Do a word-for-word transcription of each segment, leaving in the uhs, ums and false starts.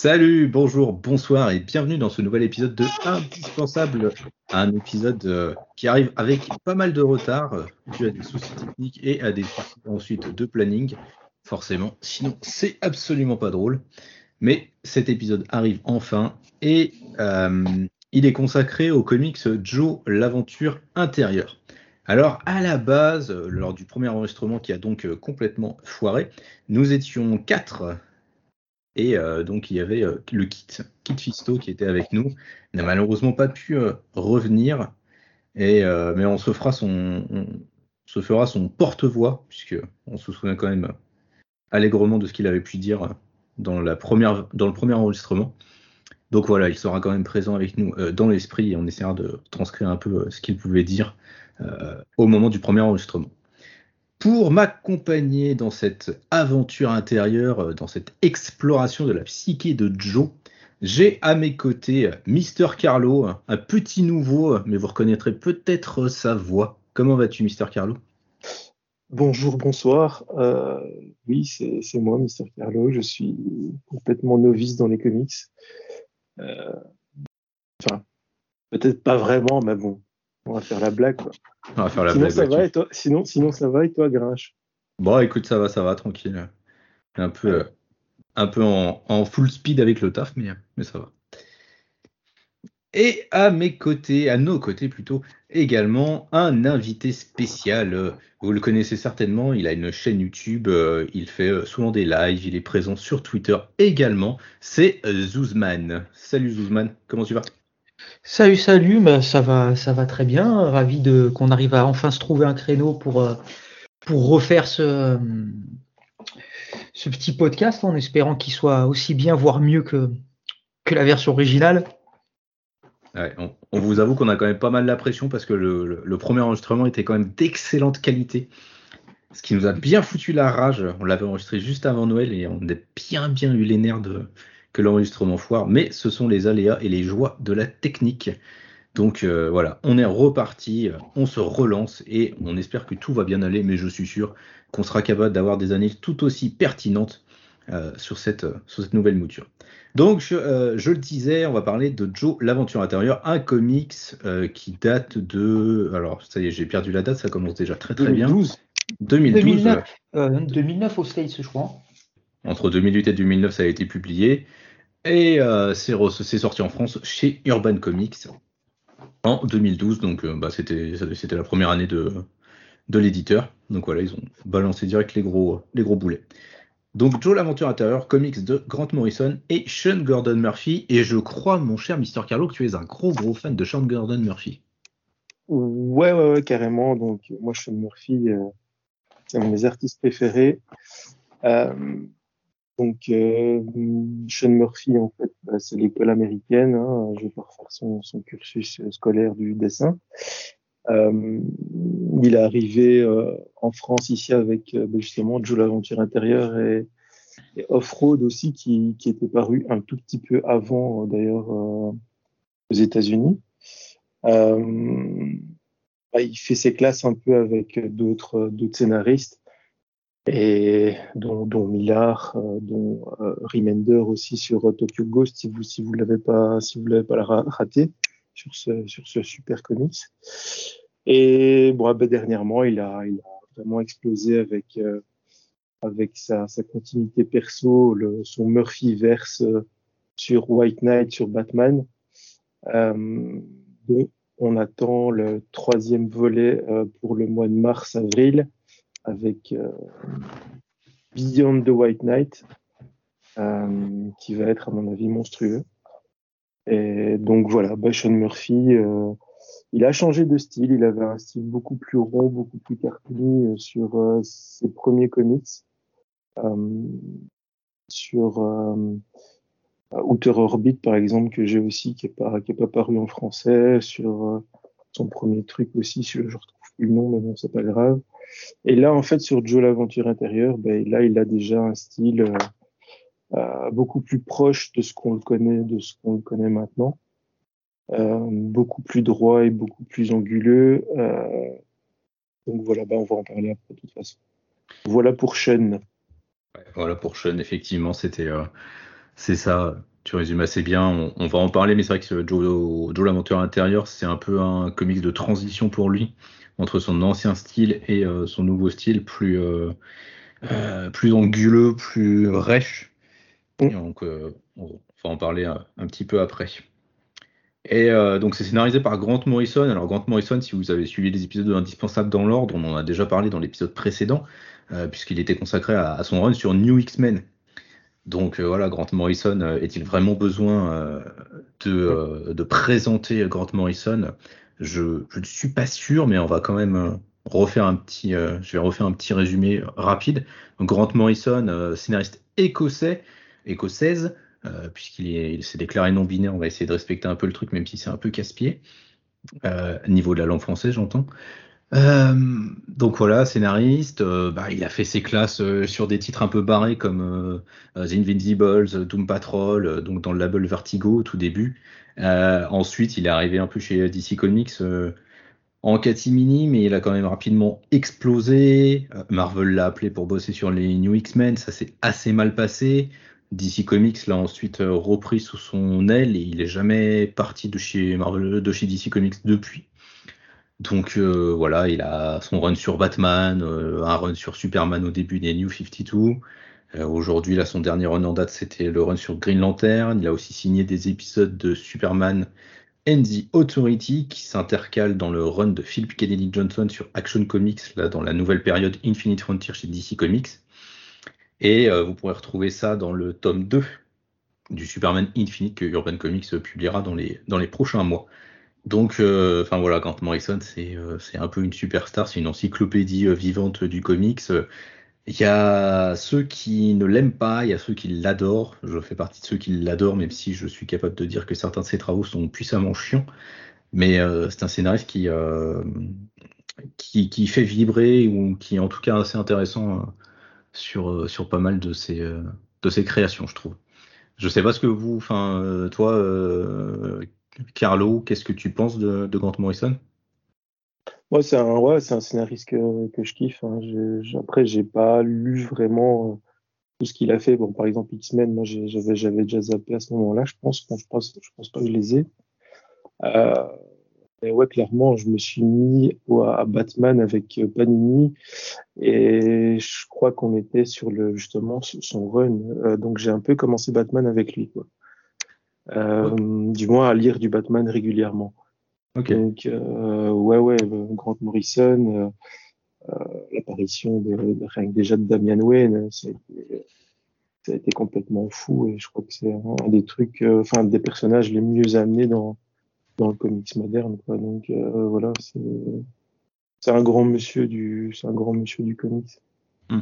Salut, bonjour, bonsoir et bienvenue dans ce nouvel épisode de Indispensable. Un épisode euh, qui arrive avec pas mal de retard, euh, dû à des soucis techniques et à des soucis ensuite de planning, forcément. Sinon, c'est absolument pas drôle. Mais cet épisode arrive enfin et euh, il est consacré au comics Joe, l'aventure intérieure. Alors, à la base, euh, lors du premier enregistrement qui a donc euh, complètement foiré, nous étions quatre. Et euh, donc, il y avait euh, le Kit, Kit Fisto qui était avec nous. Il n'a malheureusement pas pu euh, revenir, et, euh, mais on se fera son, on se fera son porte-voix, puisque on se souvient quand même allègrement de ce qu'il avait pu dire dans, la première, dans le premier enregistrement. Donc voilà, il sera quand même présent avec nous euh, dans l'esprit, et on essaiera de transcrire un peu euh, ce qu'il pouvait dire euh, au moment du premier enregistrement. Pour m'accompagner dans cette aventure intérieure, euh, dans cette exploration de la psyché de Joe, j'ai à mes côtés euh, Mister Carlo, un un petit nouveau, euh, mais vous reconnaîtrez peut-être sa voix. Comment vas-tu, Mister Carlo? Bonjour, bonsoir. Euh, oui, c'est c'est moi, Mister Carlo. Je suis complètement novice dans les comics. Euh, enfin, peut-être pas vraiment, mais bon, on va faire la blague, quoi. On va faire la Sinon, blague ça va là-dessus. et toi? Sinon, sinon, ça va et toi, Grinch? Bon, écoute, ça va, ça va, tranquille. Un peu, euh, Ouais. un peu en, en full speed avec le taf, mais, mais ça va. Et à mes côtés, à nos côtés plutôt, également un invité spécial. Euh, Vous le connaissez certainement, il a une chaîne YouTube, euh, il fait euh, souvent des lives, il est présent sur Twitter également. C'est euh, Zouzman. Salut Zouzman, comment tu vas? Salut, salut, bah, ça va, ça va très bien. Ravi de qu'on arrive à enfin se trouver un créneau pour, euh, pour refaire ce, ce petit podcast en espérant qu'il soit aussi bien, voire mieux que, que la version originale. Ouais, on, on vous avoue qu'on a quand même pas mal la pression parce que le, le- le premier enregistrement était quand même d'excellente qualité. Ce qui nous a bien foutu la rage. On l'avait enregistré juste avant Noël et on a bien bien eu les nerfs de, que l'enregistrement foire. Mais ce sont les aléas et les joies de la technique. Donc euh, voilà, on est reparti, euh, on se relance et on espère que tout va bien aller, mais je suis sûr qu'on sera capable d'avoir des années tout aussi pertinentes euh, sur cette, euh, sur cette nouvelle mouture. Donc je, euh, je le disais, on va parler de Joe, l'aventure intérieure, un comics euh, qui date de... Alors ça y est, j'ai perdu la date, ça commence déjà très très bien. deux mille douze. deux mille douze, euh, deux mille neuf, euh, deux mille neuf aux States, je crois. entre deux mille huit et deux mille neuf, ça a été publié. Et euh, c'est re- c'est sorti en France chez Urban Comics en deux mille douze, donc euh, bah, c'était c'était la première année de, de l'éditeur. Donc voilà, ils ont balancé direct les gros, les gros boulets. Donc Joe l'aventure intérieure, comics de Grant Morrison et Sean Gordon Murphy. Et je crois, mon cher Mister Carlo, que tu es un gros gros fan de Sean Gordon Murphy. Ouais, ouais, ouais, carrément. Donc, moi, Sean Murphy, euh, c'est un de mes artistes préférés. Euh, donc, euh, Sean Murphy, en fait, bah, c'est l'école américaine. Hein. Je vais pas refaire son, son cursus euh, scolaire du dessin. Euh, il est arrivé euh, en France ici avec euh, ben, justement Joe l'aventure intérieure et, et Off-Road aussi qui, qui était paru un tout petit peu avant euh, d'ailleurs euh, aux États-Unis. Euh, bah, il fait ses classes un peu avec d'autres d'autres scénaristes et dont, dont Millard, euh, dont euh, Remender aussi sur euh, Tokyo Ghost si vous si vous l'avez pas si vous l'avez pas ra- raté sur ce sur ce super comics. Et bon, ah ben, dernièrement, il a, il a vraiment explosé avec, euh, avec sa, sa continuité perso, le, son Murphyverse euh, sur White Knight, sur Batman. Euh, dont on attend le troisième volet euh, pour le mois de mars-avril avec euh, Beyond the White Knight, euh, qui va être, à mon avis, monstrueux. Et donc voilà, bah, Sean Murphy, euh, il a changé de style. Il avait un style beaucoup plus rond, beaucoup plus cartoony euh, sur euh, ses premiers comics, euh, sur euh, Outer Orbit par exemple que j'ai aussi, qui est pas qui est pas paru en français, sur euh, son premier truc aussi, sur, je retrouve plus le nom, mais bon c'est pas grave. Et là en fait sur Joe l'aventure intérieure, ben là il a déjà un style euh, euh, beaucoup plus proche de ce qu'on le connaît, de ce qu'on le connaît maintenant. Euh, beaucoup plus droit et beaucoup plus anguleux. Euh, donc voilà, bah on va en parler après de toute façon. Voilà pour Sean. Ouais, voilà pour Sean, effectivement, c'était euh, c'est ça. tu résumes assez bien. On, on va en parler, mais c'est vrai que Joe, Joe l'Aventure intérieur, c'est un peu un comics de transition pour lui, entre son ancien style et euh, son nouveau style, plus, euh, euh, plus anguleux, plus rêche. Et Mm. donc, euh, on va en parler un, un petit peu après. Et euh, donc, c'est scénarisé par Grant Morrison. Alors, Grant Morrison, si vous avez suivi les épisodes de Indispensable dans l'ordre, on en a déjà parlé dans l'épisode précédent, euh, puisqu'il était consacré à, à son run sur New X-Men. Donc euh, voilà, Grant Morrison, euh, est-il vraiment besoin euh, de, euh, de présenter Grant Morrison? Je, je ne suis pas sûr, mais on va quand même euh, refaire un petit, euh, je vais refaire un petit résumé rapide. Donc, Grant Morrison, euh, scénariste écossais, écossaise, euh, puisqu'il est, il s'est déclaré non binaire. On va essayer de respecter un peu le truc, même si c'est un peu casse-pied, euh, niveau de la langue française, j'entends. Euh, donc voilà, scénariste, euh, bah, il a fait ses classes euh, sur des titres un peu barrés comme euh, euh, The Invincibles, euh, Doom Patrol, euh, donc dans le label Vertigo au tout début. Euh, ensuite, il est arrivé un peu chez D C Comics euh, en catimini, mais il a quand même rapidement explosé. Euh, Marvel l'a appelé pour bosser sur les New X-Men, ça s'est assez mal passé. D C Comics l'a ensuite euh, repris sous son aile et il est jamais parti de chez Marvel, de chez D C Comics depuis. Donc euh, voilà, il a son run sur Batman, euh, un run sur Superman au début des New cinquante-deux. Euh, aujourd'hui, là, son dernier run en date, c'était le run sur Green Lantern. Il a aussi signé des épisodes de Superman and the Authority qui s'intercalent dans le run de Philip Kennedy Johnson sur Action Comics, là, dans la nouvelle période Infinite Frontier chez D C Comics. Et euh, vous pourrez retrouver ça dans le tome deux du Superman Infinite que Urban Comics publiera dans les, dans les prochains mois. Donc, euh, enfin voilà, Grant Morrison, c'est euh, c'est un peu une superstar, c'est une encyclopédie euh, vivante du comics. Il y a ceux qui ne l'aiment pas, il y a ceux qui l'adorent. Je fais partie de ceux qui l'adorent, même si je suis capable de dire que certains de ses travaux sont puissamment chiants. Mais euh, c'est un scénariste qui, euh, qui qui fait vibrer ou qui est en tout cas assez intéressant euh, sur euh, sur pas mal de ses euh, de ses créations, je trouve. Je sais pas ce que vous, enfin euh, toi, euh, Carlo, qu'est-ce que tu penses de, de Grant Morrison? Ouais, c'est un, ouais, c'est un scénariste que, que je kiffe. Hein. J'ai- j'ai- après, j'ai pas lu vraiment euh, tout ce qu'il a fait. Bon, par exemple, X-Men, moi, j'ai- j'avais, j'avais déjà zappé à ce moment-là, je pense. Bon, je pense, je pense pas que je les ai. Euh, et ouais, clairement, je me suis mis au- à Batman avec euh, Panini et je crois qu'on était sur le, justement, sur son run. Euh, donc, j'ai un peu commencé Batman avec lui, quoi. Ok. Euh, du moins à lire du Batman régulièrement. Ok. Donc, euh, ouais, ouais, euh, Grant Morrison, euh, l'apparition de, de, rien que déjà de Damian Wayne, ça a été, ça a été complètement fou et je crois que c'est un, un des trucs, euh, enfin, des personnages les mieux amenés dans, dans le comics moderne, quoi. Donc, euh, voilà, c'est, c'est un grand monsieur du, c'est un grand monsieur du comics. Hmm.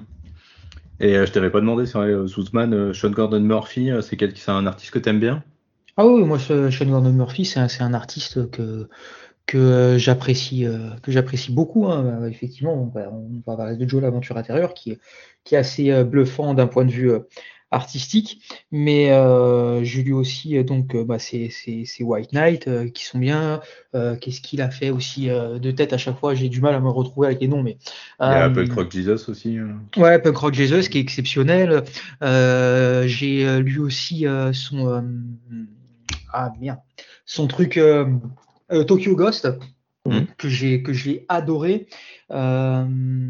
Et euh, je t'avais pas demandé sur euh, Zuzman, euh, Sean Gordon Murphy, euh, c'est quel, c'est un artiste que t'aimes bien? Ah oui, moi, ce Sean Gordon Murphy, c'est un, c'est un artiste que, que euh, j'apprécie euh, que j'apprécie beaucoup. Hein. Euh, Effectivement, on va, on va parler de Joe l'Aventure intérieure, qui est, qui est assez euh, bluffant d'un point de vue euh, artistique. Mais euh, j'ai lu aussi euh, donc euh, bah, c'est c'est c'est White Knight euh, qui sont bien. Euh, qu'est-ce qu'il a fait aussi euh, de tête à chaque fois? J'ai du mal à me retrouver avec les noms, mais Il y a Punk euh, Rock Jesus aussi. euh. ouais, Punk Rock Jesus qui est exceptionnel. Euh, j'ai euh, lu aussi euh, son euh, ah merde son truc euh, euh, Tokyo Ghost Hmm. que j'ai que j'ai adoré. Euh,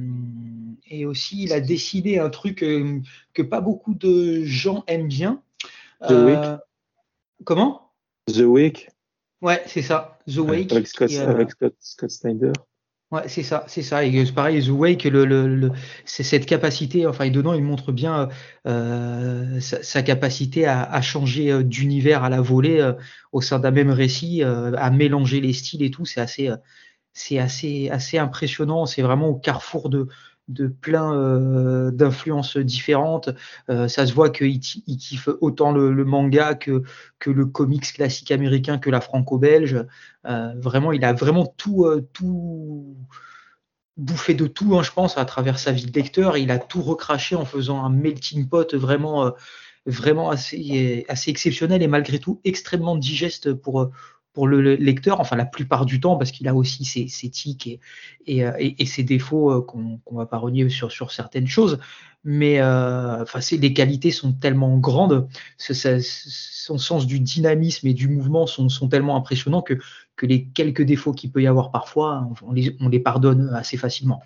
et aussi, il a décidé un truc euh, que pas beaucoup de gens aiment bien. The Wake, Euh, comment? The Wake, Ouais, c'est ça. The Ouais. Wake. avec Scott, Qui, euh, avec Scott, Scott Snyder. ouais, c'est ça, c'est ça. Et c'est pareil, The Wake, le, le, le- c'est cette capacité. Enfin, et dedans, il montre bien euh, sa, sa capacité à, à changer euh, d'univers à la volée euh, au sein d'un même récit, euh, à mélanger les styles et tout. C'est assez, euh, c'est assez, assez impressionnant. C'est vraiment au carrefour de, de plein euh, d'influences différentes. Euh, ça se voit qu'il il kiffe autant le, le manga que, que le comics classique américain, que la franco-belge. Euh, vraiment, il a vraiment tout, euh, tout bouffé de tout, hein, je pense, à travers sa vie de lecteur. Il a tout recraché en faisant un melting pot vraiment, euh, vraiment assez, assez exceptionnel et malgré tout extrêmement digeste pour, pour le lecteur, enfin la plupart du temps, parce qu'il a aussi ses, ses tics et, et, et, et ses défauts qu'on qu'on va pas renier sur, sur certaines choses. Mais euh, enfin, c'est, les qualités sont tellement grandes, ce, ça, son sens du dynamisme et du mouvement sont, sont tellement impressionnants que, que les quelques défauts qu'il peut y avoir parfois, on les, on les pardonne assez facilement.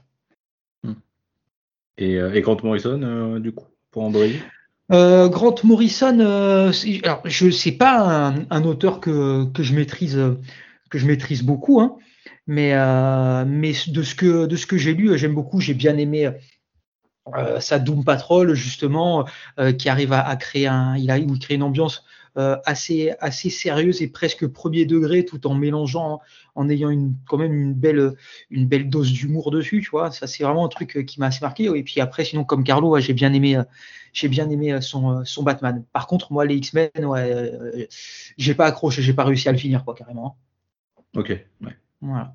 Et, et Grant Morrison, euh, du coup, pour embrayer Euh, Grant Morrison, euh, alors je sais pas un, un auteur que, que je maîtrise que je maîtrise beaucoup, hein, mais euh, mais de ce que de ce que j'ai lu, j'aime beaucoup. J'ai bien aimé euh, sa Doom Patrol justement, euh, qui arrive à, à créer un, il arrive, il crée une ambiance euh, assez assez sérieuse et presque premier degré, tout en mélangeant, en ayant une quand même une belle une belle dose d'humour dessus, tu vois. Ça c'est vraiment un truc qui m'a assez marqué. Et puis après, sinon comme Carlo, ouais, j'ai bien aimé. J'ai bien aimé son, son Batman. Par contre, moi, les X-Men, ouais, euh, j'ai pas accroché, j'ai pas réussi à le finir, quoi, carrément. Ok, ouais. Voilà.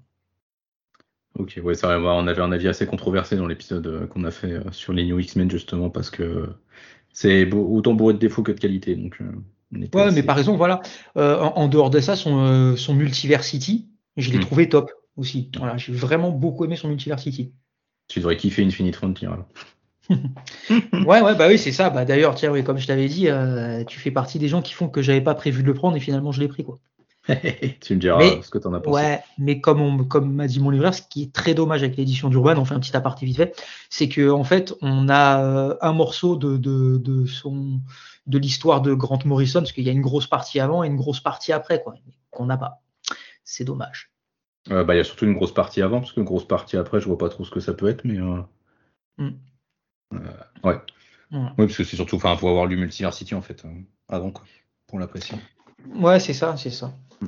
Ok, ouais, ça, on avait un avis assez controversé dans l'épisode qu'on a fait sur les New X-Men, justement, parce que c'est beau, autant bourré de défauts que de qualité. Donc, on était ouais, assez... mais par exemple, voilà, euh, en, en dehors de ça, son, euh, son Multiversity, je l'ai hmm. trouvé top aussi. Voilà, j'ai vraiment beaucoup aimé son Multiversity. Tu devrais kiffer Infinite Frontier, alors. ouais, ouais, bah oui, c'est ça. Bah, d'ailleurs, tiens, oui, comme je t'avais dit, euh, tu fais partie des gens qui font que j'avais pas prévu de le prendre et finalement je l'ai pris, quoi. Tu me diras mais, ce que t'en as pensé. Ouais, mais comme on, comme m'a dit mon libraire, ce qui est très dommage avec l'édition d'Urban, on fait un petit aparté vite fait, c'est que en fait, on a euh, un morceau de, de, de son de l'histoire de Grant Morrison, parce qu'il y a une grosse partie avant et une grosse partie après, quoi, qu'on n'a pas. C'est dommage. Euh, bah, il y a surtout une grosse partie avant, parce qu'une grosse partie après, je vois pas trop ce que ça peut être, mais euh... Mm. Euh, ouais. Mm. Oui, parce que c'est surtout, enfin, faut avoir lu Multiversity en fait, euh, avant quoi, pour l'apprécier. Ouais, c'est ça, c'est ça. Mm.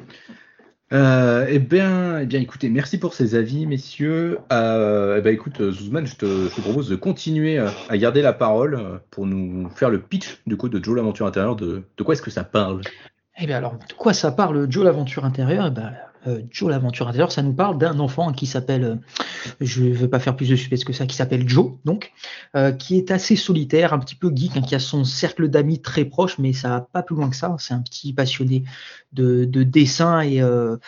Euh, eh bien, eh bien, écoutez, merci pour ces avis, messieurs. Euh, eh ben, écoute, Zuzman, je te, je te propose de continuer à garder la parole pour nous faire le pitch du coup de Joe l'aventure intérieure. De, de quoi est-ce que ça parle? Eh bien, alors, de quoi ça parle, Joe l'aventure intérieure? Eh ben, euh, Joe l'aventure intérieure, ça nous parle d'un enfant qui s'appelle, euh, je ne veux pas faire plus de suspense que ça, qui s'appelle Joe, donc, euh, qui est assez solitaire, un petit peu geek, hein, qui a son cercle d'amis très proche, mais ça va pas plus loin que ça. C'est un petit passionné de, de dessin et, euh,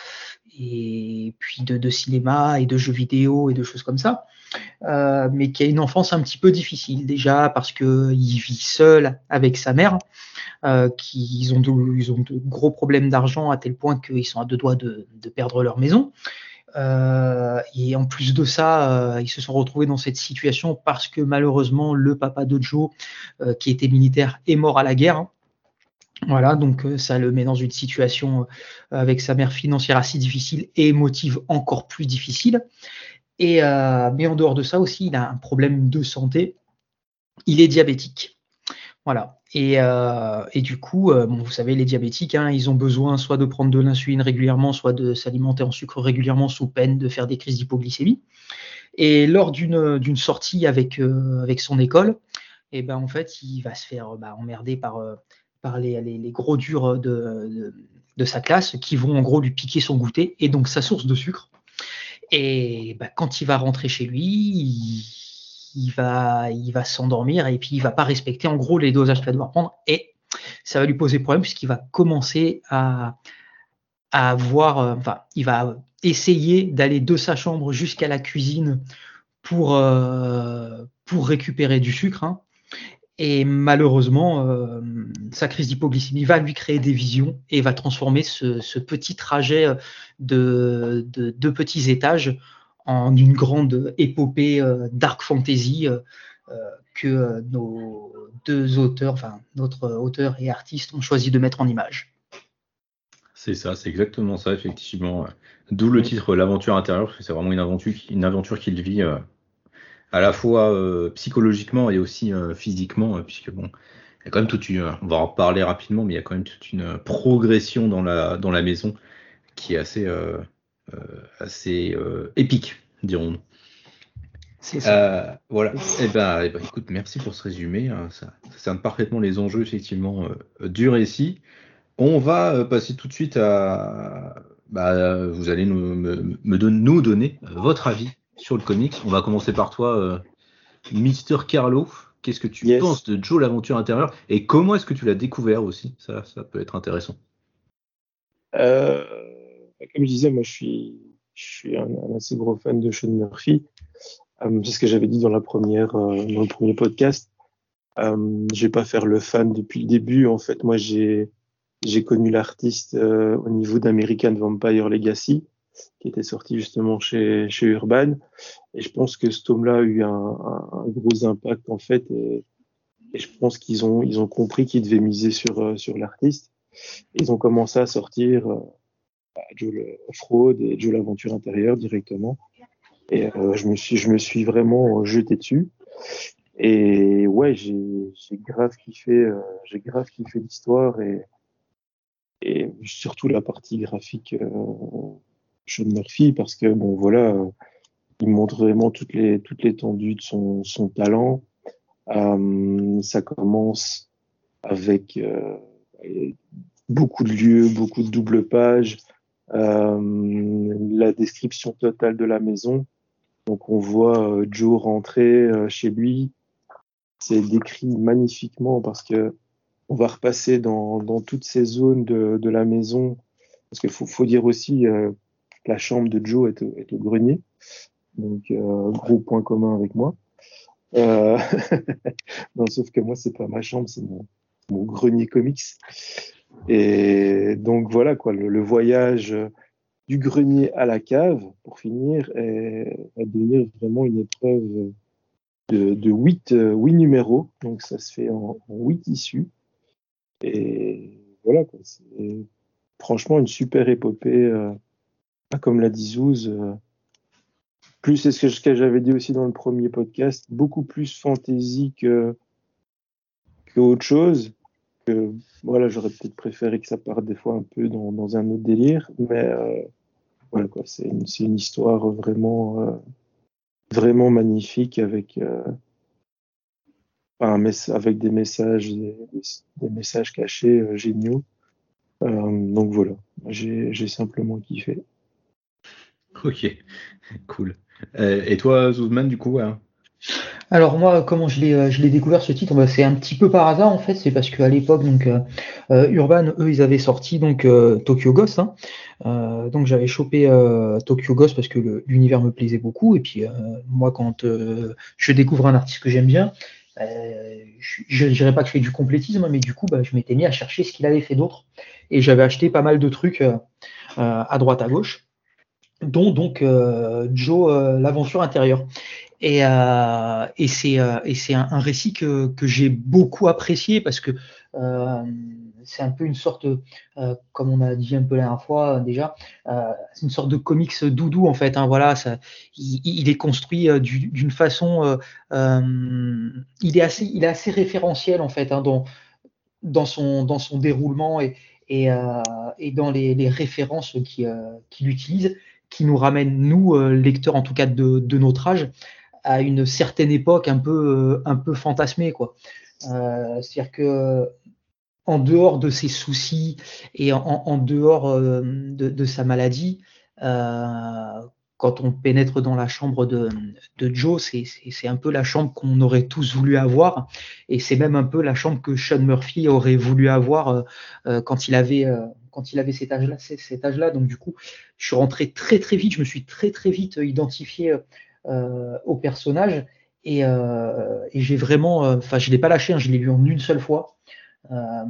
et puis de, de cinéma et de jeux vidéo et de choses comme ça. Euh, mais qui a une enfance un petit peu difficile déjà parce que il vit seul avec sa mère, euh, qui ils ont, de, ils ont de gros problèmes d'argent à tel point qu'ils sont à deux doigts de, de perdre leur maison. Euh, et en plus de ça, euh, ils se sont retrouvés dans cette situation parce que malheureusement le papa de Joe, euh, qui était militaire, est mort à la guerre. Voilà, donc euh, ça le met dans une situation euh, avec sa mère financière assez difficile et émotive encore plus difficile. Et, euh, mais en dehors de ça aussi, il a un problème de santé. Il est diabétique. Voilà. Et, euh, et du coup, euh, bon, vous savez, les diabétiques, hein, ils ont besoin soit de prendre de l'insuline régulièrement, soit de s'alimenter en sucre régulièrement sous peine de faire des crises d'hypoglycémie. Et lors d'une, d'une sortie avec, euh, avec son école, et ben, en fait, il va se faire bah, emmerder par, euh, par les, les, les gros durs de, de, de sa classe qui vont en gros lui piquer son goûter et donc sa source de sucre. Et bah, quand il va rentrer chez lui, il, il va, il va s'endormir et puis il va pas respecter en gros les dosages qu'il va devoir prendre et ça va lui poser problème puisqu'il va commencer à, à avoir, euh, enfin, il va essayer d'aller de sa chambre jusqu'à la cuisine pour, euh, pour récupérer du sucre. Hein. Et malheureusement, euh, sa crise d'hypoglycémie va lui créer des visions et va transformer ce, ce petit trajet de, de deux petits étages en une grande épopée euh, dark fantasy euh, que nos deux auteurs, enfin notre auteur et artiste ont choisi de mettre en image. C'est ça, c'est exactement ça, effectivement. D'où le titre L'aventure intérieure, parce que c'est vraiment une aventure, une aventure qu'il vit euh, à la fois euh, psychologiquement et aussi euh, physiquement, euh, puisque bon, il y a quand même toute une, on va en parler rapidement, mais il y a quand même toute une progression dans la, dans la maison qui est assez, euh, euh, assez euh, épique, dirons-nous. C'est ça. Euh, voilà. Eh ben, eh ben, écoute, merci pour ce résumé. Hein. Ça, ça cerne parfaitement les enjeux, effectivement, euh, du récit. On va euh, passer tout de suite à. Bah, vous allez nous, me, me don- nous donner euh, votre avis sur le comics. On va commencer par toi, euh, Mister Carlo. Qu'est-ce que tu Yes. penses de Joe l'aventure intérieure et comment est-ce que tu l'as découvert aussi? Ça, ça peut être intéressant. Euh, Comme je disais, moi, je suis, je suis un, un assez gros fan de Sean Murphy. Euh, c'est ce que j'avais dit dans la première, euh, dans le premier podcast. Euh, je vais pas faire le fan depuis le début. En fait, moi, j'ai, j'ai connu l'artiste euh, au niveau d'American Vampire Legacy, qui était sorti justement chez, chez Urban. Et je pense que ce tome-là a eu un, un, un gros impact, en fait. Et, et je pense qu'ils ont, ils ont compris qu'ils devaient miser sur, euh, sur l'artiste. Ils ont commencé à sortir euh, Joe le Fraude et Joe l'aventure intérieure directement. Et euh, je me suis, je me suis vraiment jeté dessus. Et ouais, j'ai, j'ai grave kiffé, euh, j'ai grave kiffé l'histoire et, et surtout la partie graphique euh, Sean Murphy parce que bon voilà, euh, il montre vraiment toutes les toute l'étendue de son son talent. Euh, ça commence avec euh, beaucoup de lieux, beaucoup de doubles pages, euh, la description totale de la maison. Donc on voit euh, Joe rentrer euh, chez lui. C'est décrit magnifiquement parce que on va repasser dans, dans toutes ces zones de, de la maison. Parce qu'il faut, faut dire aussi euh, que la chambre de Joe est au, est au grenier. Donc, euh, gros point commun avec moi. Euh... non, sauf que moi, c'est pas ma chambre, c'est mon, mon grenier comics. Et donc, voilà, quoi, le, le voyage du grenier à la cave, pour finir, est, va devenir vraiment une épreuve de, de huit, euh, huit numéros. Donc, ça se fait en, en huit issues. Et voilà, quoi, c'est franchement une super épopée, euh, comme l'a dit Zouz. Euh, plus, c'est ce que, ce que j'avais dit aussi dans le premier podcast, beaucoup plus fantasy que, que autre chose. Que, voilà, j'aurais peut-être préféré que ça parte des fois un peu dans, dans un autre délire, mais euh, voilà, quoi, c'est une, c'est une histoire vraiment, euh, vraiment magnifique avec, euh, un mess- avec des messages, des, des messages cachés euh, géniaux. Euh, donc voilà, j'ai, j'ai simplement kiffé. Ok, cool. Euh, et toi, Zouzman, du coup, hein Alors moi, comment je l'ai, euh, je l'ai découvert ce titre, bah, c'est un petit peu par hasard en fait. C'est parce qu'à l'époque, donc euh, euh, Urban, eux, ils avaient sorti donc euh, Tokyo Ghost. Hein. Euh, donc j'avais chopé euh, Tokyo Ghost parce que le- l'univers me plaisait beaucoup. Et puis euh, moi, quand euh, je découvre un artiste que j'aime bien, euh, je ne dirais pas que je fais du complétisme, mais du coup, bah, je m'étais mis à chercher ce qu'il avait fait d'autre. Et j'avais acheté pas mal de trucs euh, euh, à droite à gauche, dont donc euh, Joe euh, l'aventure intérieure. Et, euh, et c'est euh, et c'est un, un récit que, que j'ai beaucoup apprécié parce que euh, c'est un peu une sorte, euh, comme on a dit un peu la dernière fois euh, déjà, euh, c'est une sorte de comics doudou en fait. Hein, voilà, ça, il, il est construit euh, du- d'une façon, euh, euh, il est assez, il est assez référentiel en fait hein, dans dans son dans son déroulement et et, euh, et dans les, les références qu'il euh, qu'il utilise, qui nous ramènent nous euh, lecteurs en tout cas de, de notre âge à une certaine époque un peu, un peu fantasmée, quoi. Euh, c'est-à-dire que en dehors de ses soucis et en, en dehors euh, de, de, sa maladie, euh, quand on pénètre dans la chambre de, de Joe, c'est, c'est, c'est un peu la chambre qu'on aurait tous voulu avoir, et c'est même un peu la chambre que Sean Murphy aurait voulu avoir euh, euh, quand il avait euh, quand il avait cet âge-là, cet âge-là. Donc du coup, je suis rentré très très vite, je me suis très très vite identifié euh, au personnage et, euh, et j'ai vraiment, enfin, euh, je l'ai pas lâché, hein, je l'ai lu en une seule fois. Euh,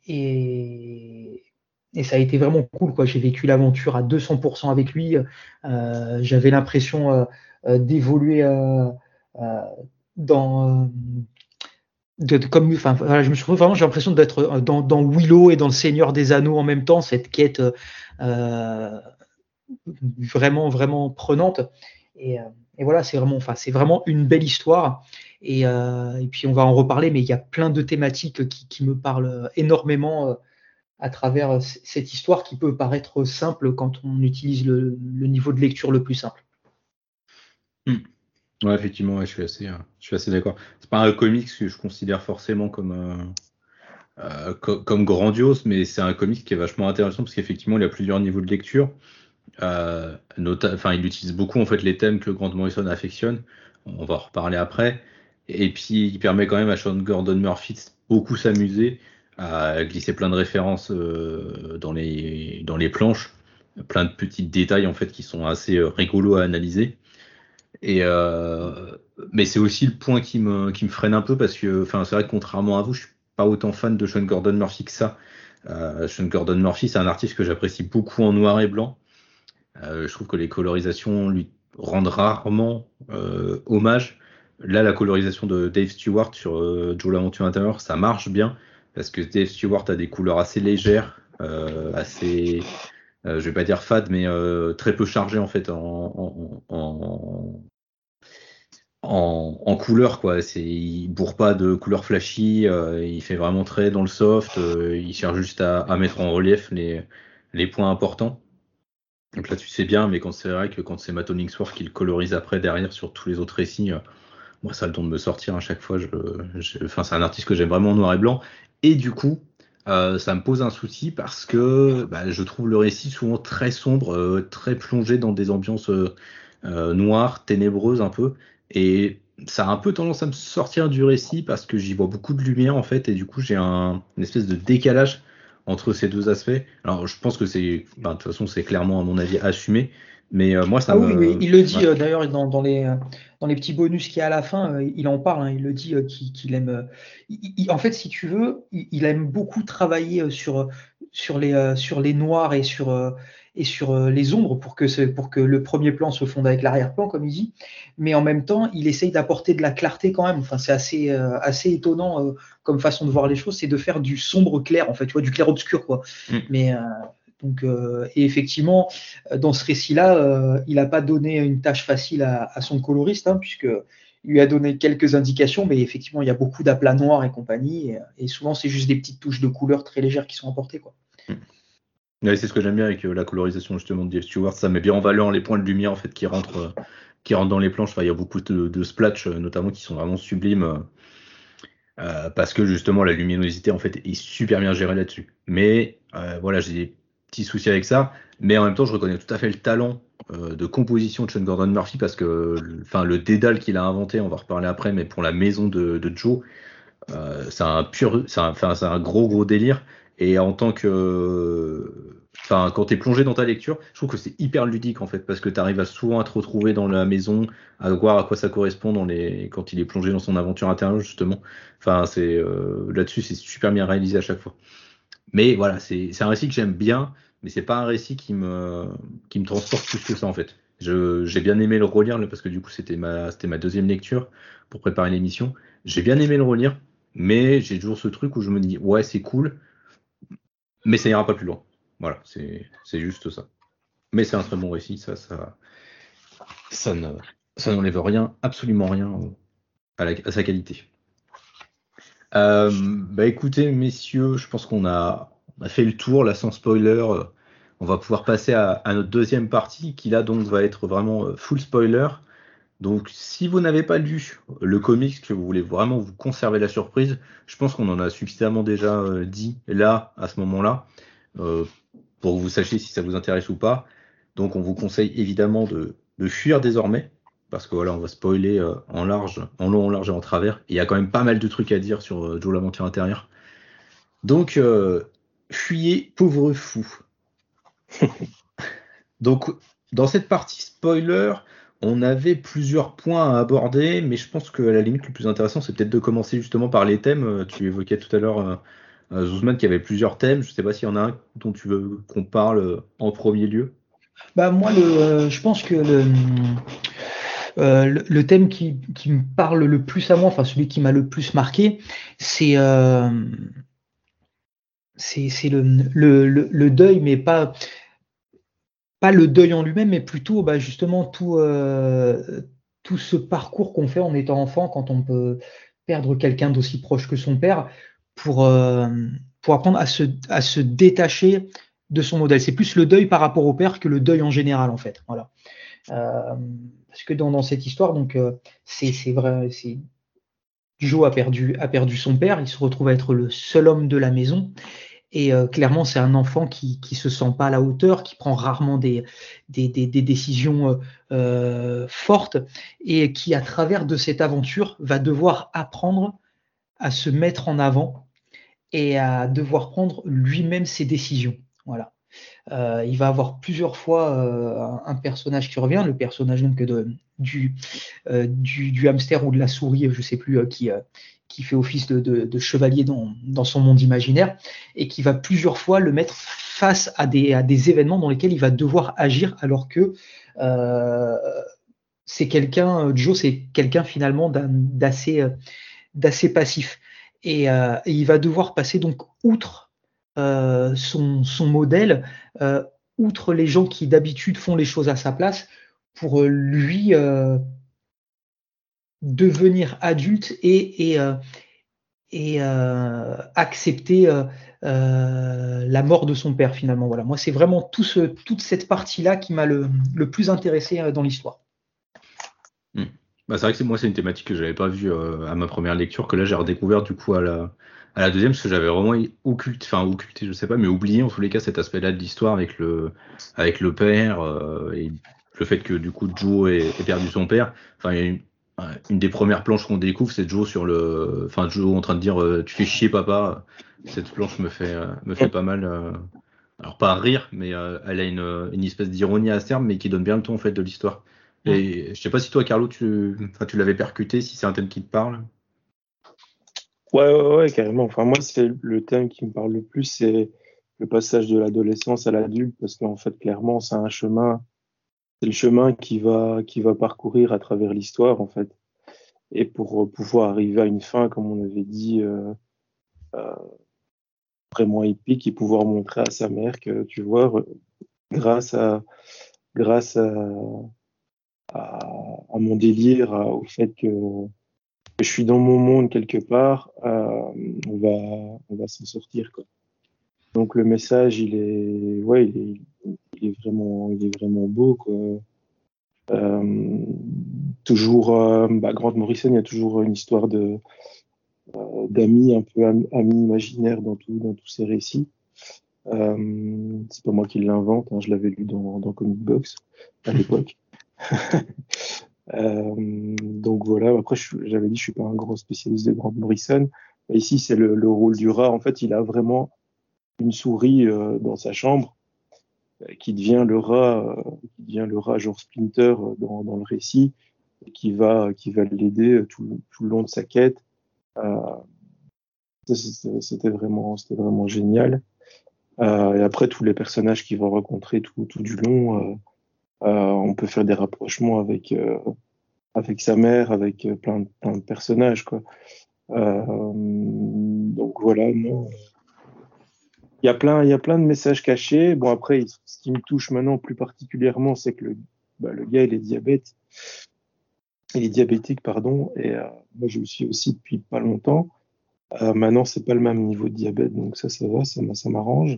et, et ça a été vraiment cool, quoi. J'ai vécu l'aventure à deux cents pour cent avec lui. Euh, j'avais l'impression euh, euh, d'évoluer euh, euh, dans. Euh, de, de, comme, enfin, voilà, je me suis trouvé vraiment, j'ai l'impression d'être dans, dans Willow et dans le Seigneur des Anneaux en même temps, cette quête euh, vraiment, vraiment prenante. Et, euh, et voilà, c'est vraiment, enfin, c'est vraiment une belle histoire. Et, euh, et puis on va en reparler, mais il y a plein de thématiques qui, qui me parlent énormément euh, à travers c- cette histoire qui peut paraître simple quand on utilise le, le niveau de lecture le plus simple. Hmm. Ouais, effectivement, ouais, je suis assez, euh, je suis assez d'accord. C'est pas un comics que je considère forcément comme, euh, euh, co- comme grandiose, mais c'est un comics qui est vachement intéressant parce qu'effectivement, il y a plusieurs niveaux de lecture. Euh, nota- enfin, il utilise beaucoup en fait les thèmes que Grant Morrison affectionne. On va en reparler après. Et puis, il permet quand même à Sean Gordon Murphy de beaucoup s'amuser à glisser plein de références euh, dans les dans les planches, plein de petits détails en fait qui sont assez euh, rigolos à analyser. Et euh, mais c'est aussi le point qui me qui me freine un peu parce que, enfin, c'est vrai que contrairement à vous, je suis pas autant fan de Sean Gordon Murphy que ça. Euh, Sean Gordon Murphy, c'est un artiste que j'apprécie beaucoup en noir et blanc. Euh, je trouve que les colorisations lui rendent rarement euh, hommage. Là, la colorisation de Dave Stewart sur euh, Joe l'aventure intérieure, ça marche bien parce que Dave Stewart a des couleurs assez légères, euh, assez, euh, je vais pas dire fade, mais euh, très peu chargées en fait en, en, en, en, en couleur quoi. C'est, il bourre pas de couleurs flashy, euh, il fait vraiment très dans le soft. Euh, il cherche juste à, à mettre en relief les les points importants. Donc là, tu sais bien, mais quand c'est vrai que quand c'est Matt Hollingsworth qui le colorise après derrière sur tous les autres récits, euh, moi ça a le don de me sortir à chaque fois. Je, je- enfin, c'est un artiste que j'aime vraiment en noir et blanc. Et du coup, euh, ça me pose un souci parce que bah, je trouve le récit souvent très sombre, euh, très plongé dans des ambiances euh, euh, noires, ténébreuses un peu. Et ça a un peu tendance à me sortir du récit parce que j'y vois beaucoup de lumière en fait. Et du coup, j'ai un, une espèce de décalage entre ces deux aspects. Alors, je pense que c'est, bah, de toute façon, c'est clairement, à mon avis, assumé. Mais euh, moi, ça Ah oui, oui, me. il le Ouais. dit euh, d'ailleurs dans, dans les, euh, dans les petits bonus qu'il y a à la fin, euh, il en parle, hein, il le dit euh, qu'il qu'il aime. euh, il- il- en fait, si tu veux, il, il aime beaucoup travailler euh, sur, sur, les, euh, sur les noirs et sur, euh, et sur euh, les ombres pour que, ce- pour que le premier plan se fonde avec l'arrière-plan, comme il dit. Mais en même temps, il essaye d'apporter de la clarté quand même. Enfin, c'est assez, euh, assez étonnant euh, comme façon de voir les choses, c'est de faire du sombre clair, en fait, tu vois, du clair-obscur, quoi. Mm. Mais. euh, donc, euh, et effectivement, euh, dans ce récit-là, euh, il n'a pas donné une tâche facile à, à son coloriste, hein, puisque il lui a donné quelques indications, mais effectivement, il y a beaucoup d'aplats noirs et compagnie, et, et souvent, c'est juste des petites touches de couleur très légères qui sont apportées, quoi. Mm. Ouais, c'est ce que j'aime bien avec euh, la colorisation justement de Dave Stewart. Ça met bien en valeur les points de lumière en fait qui rentrent, euh, qui rentrent dans les planches. Enfin, il y a beaucoup de, de splats euh, notamment qui sont vraiment sublimes euh, euh, parce que justement la luminosité en fait est super bien gérée là-dessus. Mais euh, voilà, j'ai des petits soucis avec ça. Mais en même temps, je reconnais tout à fait le talent euh, de composition de Sean Gordon Murphy parce que, enfin, le dédale qu'il a inventé, on va reparler après, mais pour la maison de, de Joe. Euh, c'est un pur, c'est un, enfin, c'est un gros gros délire. Et en tant que, enfin, quand t'es plongé dans ta lecture, je trouve que c'est hyper ludique en fait, parce que t'arrives à souvent à te retrouver dans la maison, à voir à quoi ça correspond dans les, quand il est plongé dans son aventure intérieure justement. Enfin, c'est euh, là-dessus, c'est super bien réalisé à chaque fois. Mais voilà, c'est, c'est un récit que j'aime bien, mais c'est pas un récit qui me, qui me transporte plus que ça en fait. Je, j'ai bien aimé le relire là, parce que du coup c'était ma, c'était ma deuxième lecture pour préparer l'émission. J'ai bien aimé le relire, mais j'ai toujours ce truc où je me dis ouais c'est cool, mais ça ira pas plus loin. Voilà, c'est, c'est juste ça. Mais c'est un très bon récit, ça, ça, ça ne, ça n'enlève rien, absolument rien à, la- à sa qualité. Euh, bah écoutez, messieurs, je pense qu'on a, on a fait le tour là sans spoiler. Euh, On va pouvoir passer à, à notre deuxième partie qui là donc va être vraiment euh, full spoiler. Donc si vous n'avez pas lu le comics, que vous voulez vraiment vous conserver la surprise, je pense qu'on en a suffisamment déjà euh, dit là à ce moment-là euh, pour que vous sachiez si ça vous intéresse ou pas. Donc on vous conseille évidemment de, de fuir désormais. Parce que voilà, on va spoiler euh, en large, en long, en large et en travers. Il y a quand même pas mal de trucs à dire sur euh, Joe l'aventure intérieure. Donc, euh, fuyez, pauvre fou. Donc, dans cette partie spoiler, on avait plusieurs points à aborder, mais je pense que à la limite, le plus intéressant, c'est peut-être de commencer justement par les thèmes. Euh, Tu évoquais tout à l'heure, euh, euh, Zuzman, qu'il y avait plusieurs thèmes. Je ne sais pas s'il y en a un dont tu veux qu'on parle euh, en premier lieu. Bah, moi, le, euh, je pense que le, euh, le, le thème qui, qui me parle le plus à moi, enfin celui qui m'a le plus marqué, c'est euh, c'est c'est le, le, le, le deuil, mais pas, pas le deuil en lui-même, mais plutôt bah, justement tout, euh, tout ce parcours qu'on fait en étant enfant quand on peut perdre quelqu'un d'aussi proche que son père pour, euh, pour apprendre à se, à se détacher de son modèle. C'est plus le deuil par rapport au père que le deuil en général, en fait. Voilà. Euh, parce que dans, dans cette histoire, donc, euh, c'est, c'est vrai, c'est Joe a perdu, a perdu son père, il se retrouve à être le seul homme de la maison. Et euh, clairement, c'est un enfant qui qui se sent pas à la hauteur, qui prend rarement des des, des, des décisions euh, fortes et qui, à travers de cette aventure, va devoir apprendre à se mettre en avant et à devoir prendre lui-même ses décisions. Voilà. Euh, il va avoir plusieurs fois euh, un, un personnage qui revient, le personnage donc de, du, euh, du, du hamster ou de la souris, je sais plus, euh, qui, euh, qui fait office de, de, de chevalier dans, dans son monde imaginaire, et qui va plusieurs fois le mettre face à des, à des événements dans lesquels il va devoir agir, alors que euh, c'est quelqu'un, Joe, c'est quelqu'un finalement d'assez, d'assez passif. Et, euh, et il va devoir passer donc outre euh, son, son modèle, euh, outre les gens qui d'habitude font les choses à sa place, pour lui euh, devenir adulte et, et, euh, et euh, accepter euh, euh, la mort de son père finalement. Voilà. Moi, c'est vraiment tout ce, toute cette partie-là qui m'a le, le plus intéressé euh, dans l'histoire. Hmm. Bah, c'est vrai que c'est, moi, c'est une thématique que j'avais pas vue euh, à ma première lecture, que là j'ai redécouvert du coup à la, à la deuxième, parce que j'avais vraiment occulté, enfin occulté, je sais pas, mais oublié en tous les cas cet aspect-là de l'histoire avec le, avec le père euh, et le fait que du coup Joe ait, ait perdu son père. Enfin, il y a une, une des premières planches qu'on découvre, c'est Joe sur le, enfin Joe en train de dire euh, tu fais chier papa. Cette planche me fait, euh, me fait pas mal. Euh, alors pas rire, mais euh, elle a une, une espèce d'ironie à ce terme, mais qui donne bien le ton en fait de l'histoire. Et je sais pas si toi, Carlo, tu, enfin, tu l'avais percuté, si c'est un thème qui te parle. Ouais, ouais, ouais, carrément. Enfin, moi, c'est le thème qui me parle le plus, c'est le passage de l'adolescence à l'adulte, parce qu'en fait, clairement, c'est un chemin, c'est le chemin qui va, qui va parcourir à travers l'histoire, en fait. Et pour pouvoir arriver à une fin, comme on avait dit, euh, euh, vraiment épique, et pouvoir montrer à sa mère que, tu vois, grâce à, grâce à, à, à mon délire, à- au fait que je suis dans mon monde quelque part, euh, on va, on va s'en sortir, quoi. Donc le message, il est, ouais, il est, il est vraiment, il est vraiment beau, quoi. Euh, toujours, euh, bah, Grant Morrison, il y a toujours une histoire de euh, d'amis, un peu amis, amis imaginaires dans tout, dans tous ses récits. Euh, c'est pas moi qui l'invente, hein, je l'avais lu dans, dans Comic Box à l'époque. Euh, donc voilà. Après, je- j'avais dit, je suis pas un grand spécialiste de Grant Morrison. Mais ici, c'est le, le rôle du rat. En fait, il a vraiment une souris euh, dans sa chambre euh, qui devient le rat, euh, qui devient le rat genre Splinter euh, dans, dans le récit, et qui va, qui va l'aider euh, tout, tout le long de sa quête. Euh, ça, c'était c'était vraiment, c'était vraiment génial. Euh, et après, tous les personnages qu'il va rencontrer tout, tout du long, euh, euh, on peut faire des rapprochements avec, euh, avec sa mère, avec euh, plein, de- plein de personnages, quoi. Euh, donc voilà, non. Il y a plein, il y a plein de messages cachés. Bon, après, ce qui me touche maintenant plus particulièrement, c'est que le, bah, le gars, il est diabète. Il est diabétique, pardon. Et euh, moi, je le suis aussi depuis pas longtemps. Euh, maintenant, c'est pas le même niveau de diabète, donc ça, ça va, ça, m'a- ça m'arrange.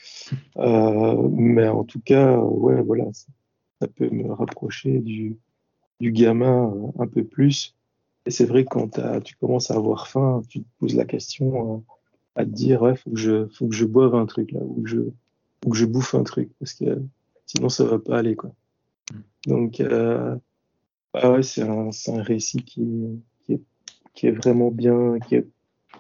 Euh, mais en tout cas, euh, ouais, voilà, ça, ça peut me rapprocher du, du gamin euh, un peu plus. Et c'est vrai que quand t'as- tu commences à avoir faim, tu te poses la question euh, à te dire, ouais, faut que je, faut que je boive un truc là, ou que je, ou que je bouffe un truc, parce que sinon ça va pas aller, quoi. Donc, euh, ah ouais, c'est un, c'est un récit qui est, qui est, qui est vraiment bien, qui est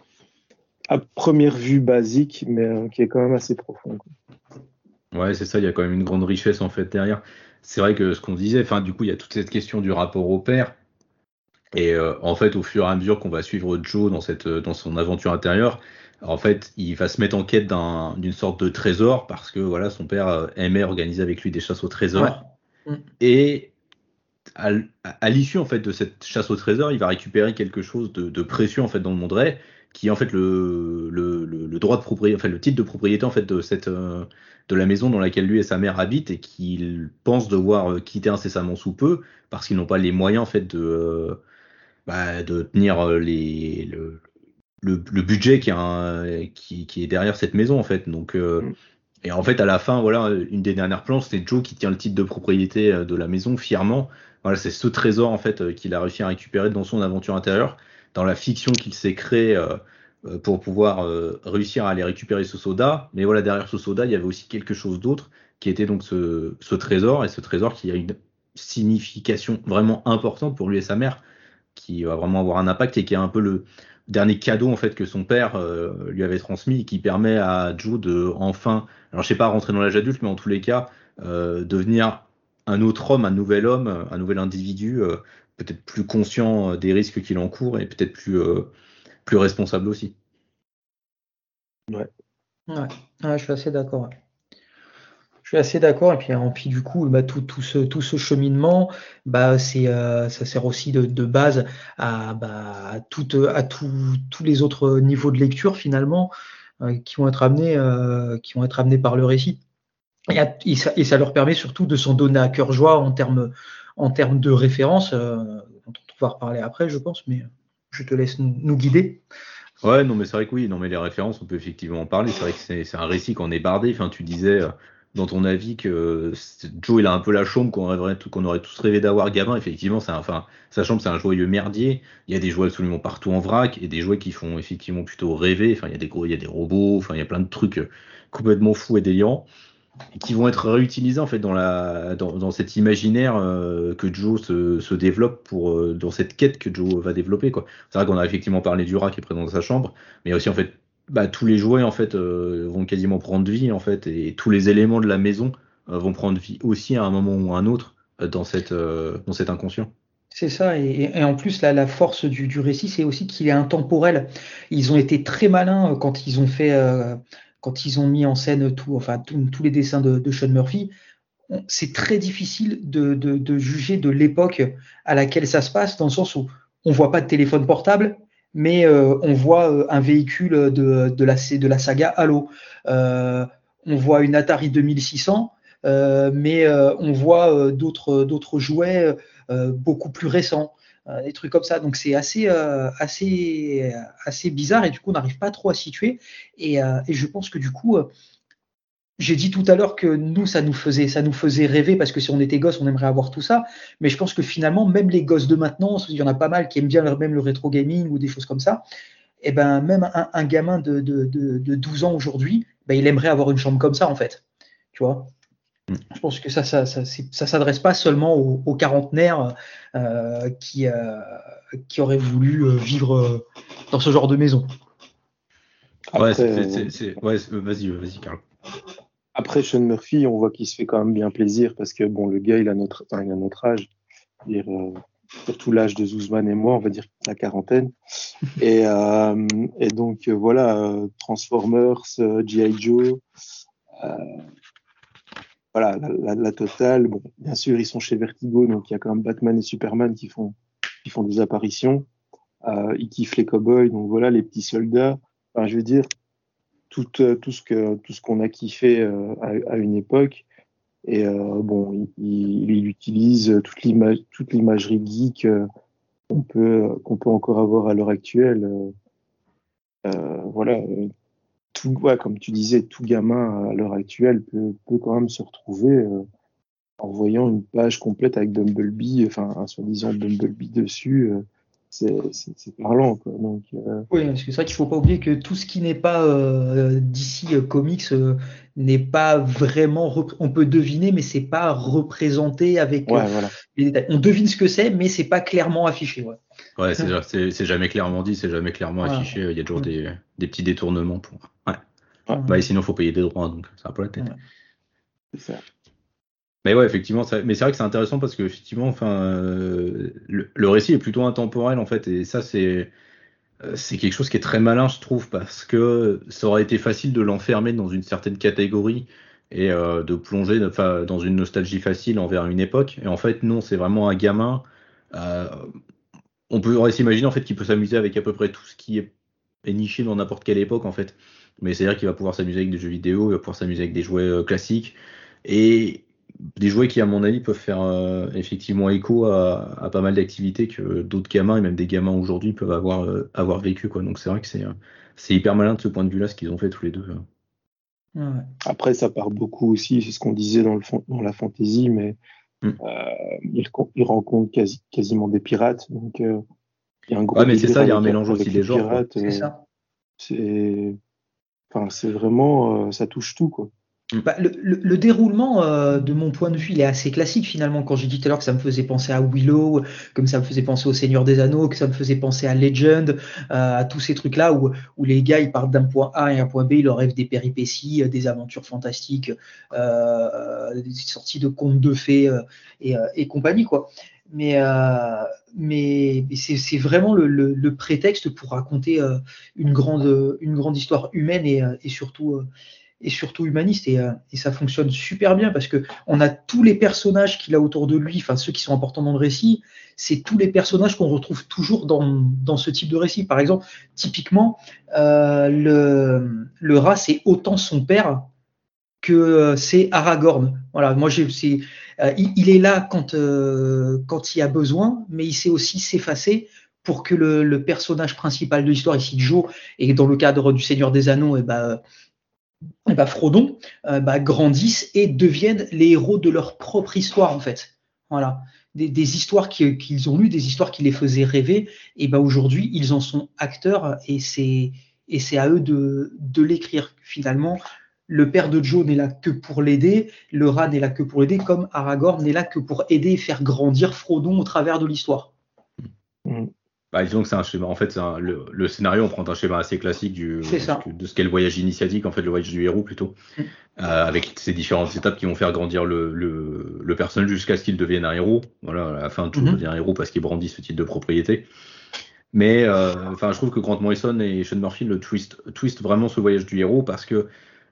à première vue basique, mais euh, qui est quand même assez profond, quoi. Ouais, c'est ça, il y a quand même une grande richesse en fait derrière. C'est vrai que ce qu'on disait, enfin, du coup, il y a toute cette question du rapport au père. Et euh, en fait, au fur et à mesure qu'on va suivre Joe dans cette, dans son aventure intérieure, en fait, il va se mettre en quête d'un, d'une sorte de trésor parce que voilà, son père euh, aimait organiser avec lui des chasses au Ouais. trésor. Mm. Et à, l- à l'issue en fait de cette chasse au trésor, il va récupérer quelque chose de, de précieux en fait dans le monde réel, qui est en fait le, le, le, le droit de propriété, enfin le titre de propriété en fait de cette euh, de la maison dans laquelle lui et sa mère habitent et qu'il pense devoir euh, quitter incessamment sous peu parce qu'ils n'ont pas les moyens en fait de euh, bah, de tenir euh, les le, le, le budget qui, est un- qui, qui est derrière cette maison en fait. Donc euh, Mm. et en fait, à la fin, voilà, une des dernières planches, c'est Joe qui tient le titre de propriété euh, de la maison fièrement. Voilà, c'est ce trésor en fait euh, qu'il a réussi à récupérer dans son aventure intérieure, dans la fiction qu'il s'est créée euh, euh, pour pouvoir euh, réussir à aller récupérer ce soda. Mais voilà, derrière ce soda, il y avait aussi quelque chose d'autre qui était donc ce, ce trésor et ce trésor qui a une signification vraiment importante pour lui et sa mère, qui va vraiment avoir un impact et qui est un peu le dernier cadeau en fait que son père euh, lui avait transmis, qui permet à Joe de enfin, alors je sais pas rentrer dans l'âge adulte, mais en tous les cas euh, devenir un autre homme, un nouvel homme, un nouvel individu, euh, peut-être plus conscient des risques qu'il encourt et peut-être plus euh, plus responsable aussi. Ouais. Ouais, ouais, je suis assez d'accord. Ouais. Je suis assez d'accord. Et puis, hein, puis du coup, bah, tout, tout, ce, tout ce cheminement, bah, c'est, euh, ça sert aussi de, de base à, bah, à, tout, à tout, tous les autres niveaux de lecture finalement euh, qui vont être amenés, euh, qui vont être amenés par le récit. Et, à, et, ça, et ça leur permet surtout de s'en donner à cœur joie en termes, en termes de référence, euh, dont on va reparler après, je pense, mais je te laisse nous, nous guider. Ouais, non, mais c'est vrai que oui, non, mais les références, on peut effectivement en parler. C'est vrai que c'est c'est un récit qu'on est bardé. Enfin, tu disais euh, dans ton avis que euh, c'est- Joe, il a un peu la chambre qu'on rêverait, tout- qu'on aurait tous rêvé d'avoir gamin. Effectivement, c'est un- enfin, sa chambre, c'est un joyeux merdier. Il y a des jouets absolument partout en vrac et des jouets qui font effectivement plutôt rêver. Enfin, il y a des gros, il y a des robots. Enfin, il y a plein de trucs euh, complètement fous et délirants et qui vont être réutilisés en fait dans la dans, dans cet imaginaire euh, que Joe se, se développe pour euh, dans cette quête que Joe va développer quoi. C'est vrai qu'on a effectivement parlé du rat qui est présent dans sa chambre, mais il y a aussi en fait bah, tous les jouets en fait euh, vont quasiment prendre vie en fait et tous les éléments de la maison euh, vont prendre vie aussi à un moment ou à un autre euh, dans cette euh, dans cet inconscient. C'est ça, et, et en plus, la, la force du, du récit, c'est aussi qu'il est intemporel. Ils ont été très malins euh, quand ils ont fait, euh, quand ils ont mis en scène tout, enfin, tout- tous les dessins de, de Sean Murphy. On- C'est très difficile de, de- de juger de l'époque à laquelle ça se passe, dans le sens où on voit pas de téléphone portable, mais euh, on voit euh, un véhicule de, de la, de la saga Halo. Euh, on voit une Atari deux mille six cents, euh, mais euh, on voit euh, d'autres, d'autres jouets euh, beaucoup plus récents, euh, des trucs comme ça. Donc c'est assez, euh, assez, assez bizarre et du coup on n'arrive pas trop à situer. Et, euh, et je pense que du coup, euh, j'ai dit tout à l'heure que nous, ça nous faisait, ça nous faisait rêver parce que si on était gosse, on aimerait avoir tout ça. Mais je pense que finalement, même les gosses de maintenant, il y en a pas mal qui aiment bien même le rétro gaming ou des choses comme ça. Et ben même un, un gamin de, de, de, de douze ans aujourd'hui, ben, il aimerait avoir une chambre comme ça en fait. Tu vois. Je pense que ça, ça, ça, c'est- ça s'adresse pas seulement aux, aux quarantenaires euh, qui, euh, qui auraient voulu euh, vivre euh, dans ce genre de maison. Ouais, Après, c'est c'est euh, c'est c'est- ouais, c'est- vas-y vas-y Carl. après Sean Murphy, on voit qu'il se fait quand même bien plaisir parce que bon, le gars, il a notre, enfin, il a notre âge, c'est-à-dire, euh, surtout l'âge de Zuzman et moi, on va dire la quarantaine. Et, euh, et donc euh, voilà, euh, Transformers, euh, G I. Joe, euh, voilà, la, la, la totale. Bon, bien sûr, ils sont chez Vertigo, donc il y a quand même Batman et Superman qui font, qui font des apparitions. Euh, ils kiffent les cowboys, donc voilà, les petits soldats. Enfin, je veux dire, tout, euh, tout ce que, tout ce qu'on a kiffé euh, à, à une époque. Et euh, bon, il, il utilise toute l'image, toute l'imagerie geek euh, qu'on peut, qu'on peut encore avoir à l'heure actuelle. Euh, euh, voilà, euh, tout, ouais, comme tu disais, tout gamin à l'heure actuelle peut, peut quand même se retrouver euh, en voyant une page complète avec Bumblebee, enfin un soi-disant Bumblebee dessus. Euh, c'est, c'est, c'est parlant, quoi. Donc, euh, Oui, parce que c'est vrai qu'il faut pas oublier que tout ce qui n'est pas euh, D C euh, Comics euh, n'est pas vraiment. repré- On peut deviner, mais c'est pas représenté avec euh, ouais, voilà. les détails. On devine ce que c'est, mais c'est pas clairement affiché. Ouais. Ouais, c'est c'est c'est jamais clairement dit, c'est jamais clairement Voilà. affiché. Il y a toujours Mm. des des petits détournements pour. Ouais. Ouais, Bah et Mm. sinon faut payer des droits donc ça a pas la tête. Ouais. c'est ça. Mais ouais, effectivement, ça- mais c'est vrai que c'est intéressant parce que effectivement, enfin, euh, le, le récit est plutôt intemporel en fait, et ça c'est euh, c'est quelque chose qui est très malin, je trouve, parce que ça aurait été facile de l'enfermer dans une certaine catégorie et euh, de plonger, enfin, dans une nostalgie facile envers une époque. Et en fait, non, c'est vraiment un gamin. euh, on pourrait s'imaginer en fait qu'il peut s'amuser avec à peu près tout ce qui est, est niché dans n'importe quelle époque en fait. Mais c'est-à-dire qu'il va pouvoir s'amuser avec des jeux vidéo, il va pouvoir s'amuser avec des jouets euh, classiques et des jouets qui, à mon avis, peuvent faire euh, effectivement écho à, à pas mal d'activités que d'autres gamins et même des gamins aujourd'hui peuvent avoir, euh, avoir vécu quoi. Donc c'est vrai que c'est euh, c'est hyper malin de ce point de vue-là ce qu'ils ont fait tous les deux. Ouais. Après, ça part beaucoup aussi, c'est ce qu'on disait dans, le, fan- dans la fantasy, mais Hmm. euh, il, il rencontre quasi, quasiment des pirates. Donc, euh, il y a un gros Ouais, mais c'est délire ça, il y a un avec, mélange aussi avec les des genres quoi. pirates. C'est Euh, ça. c'est, enfin, c'est vraiment, euh, ça touche tout, quoi. Bah, le, le, le déroulement, euh, de mon point de vue, il est assez classique finalement. Quand j'ai dit tout à l'heure que ça me faisait penser à Willow, comme ça me faisait penser au Seigneur des Anneaux, que ça me faisait penser à Legend, euh, à tous ces trucs-là où, où les gars ils partent d'un point A et un point B, ils leur rêvent des péripéties, euh, des aventures fantastiques, euh, des sorties de contes de fées euh, et, euh, et compagnie quoi. Mais, euh, mais, mais c'est, c'est vraiment le, le, le prétexte pour raconter euh, une grande, une grande histoire humaine et, et surtout. Euh, et surtout humaniste et, euh, et ça fonctionne super bien parce que on a tous les personnages qu'il a autour de lui, enfin ceux qui sont importants dans le récit, c'est tous les personnages qu'on retrouve toujours dans, dans ce type de récit. Par exemple, typiquement, euh, le, le rat c'est autant son père que euh, c'est Aragorn. Voilà, moi j'ai, c'est, euh, il, il est là quand euh, quand il y a besoin, mais il sait aussi s'effacer pour que le, le personnage principal de l'histoire, ici Joe, et dans le cadre du Seigneur des Anneaux, et ben et bah, Frodon euh, bah, grandissent et deviennent les héros de leur propre histoire en fait. Voilà, des, des histoires qui, qu'ils ont lues, des histoires qui les faisaient rêver. Et bah aujourd'hui, ils en sont acteurs et c'est et c'est à eux de, de l'écrire. Finalement, le père de Joe n'est là que pour l'aider, le rat n'est là que pour l'aider, comme Aragorn n'est là que pour aider et faire grandir Frodon au travers de l'histoire. Mm. Bah, disons que c'est un schéma. En fait, c'est un- le, le scénario, on prend un schéma assez classique du, C'est ça. de ce qu'est le voyage initiatique, en fait, le voyage du héros plutôt, Mm. euh, avec ces différentes étapes qui vont faire grandir le, le, le personnage jusqu'à ce qu'il devienne un héros. Voilà, à la fin, Joe Mhm. devient un héros parce qu'il brandit ce titre de propriété. Mais euh, enfin, je trouve que Grant Morrison et Sean Murphy le twist, twist vraiment ce voyage du héros parce que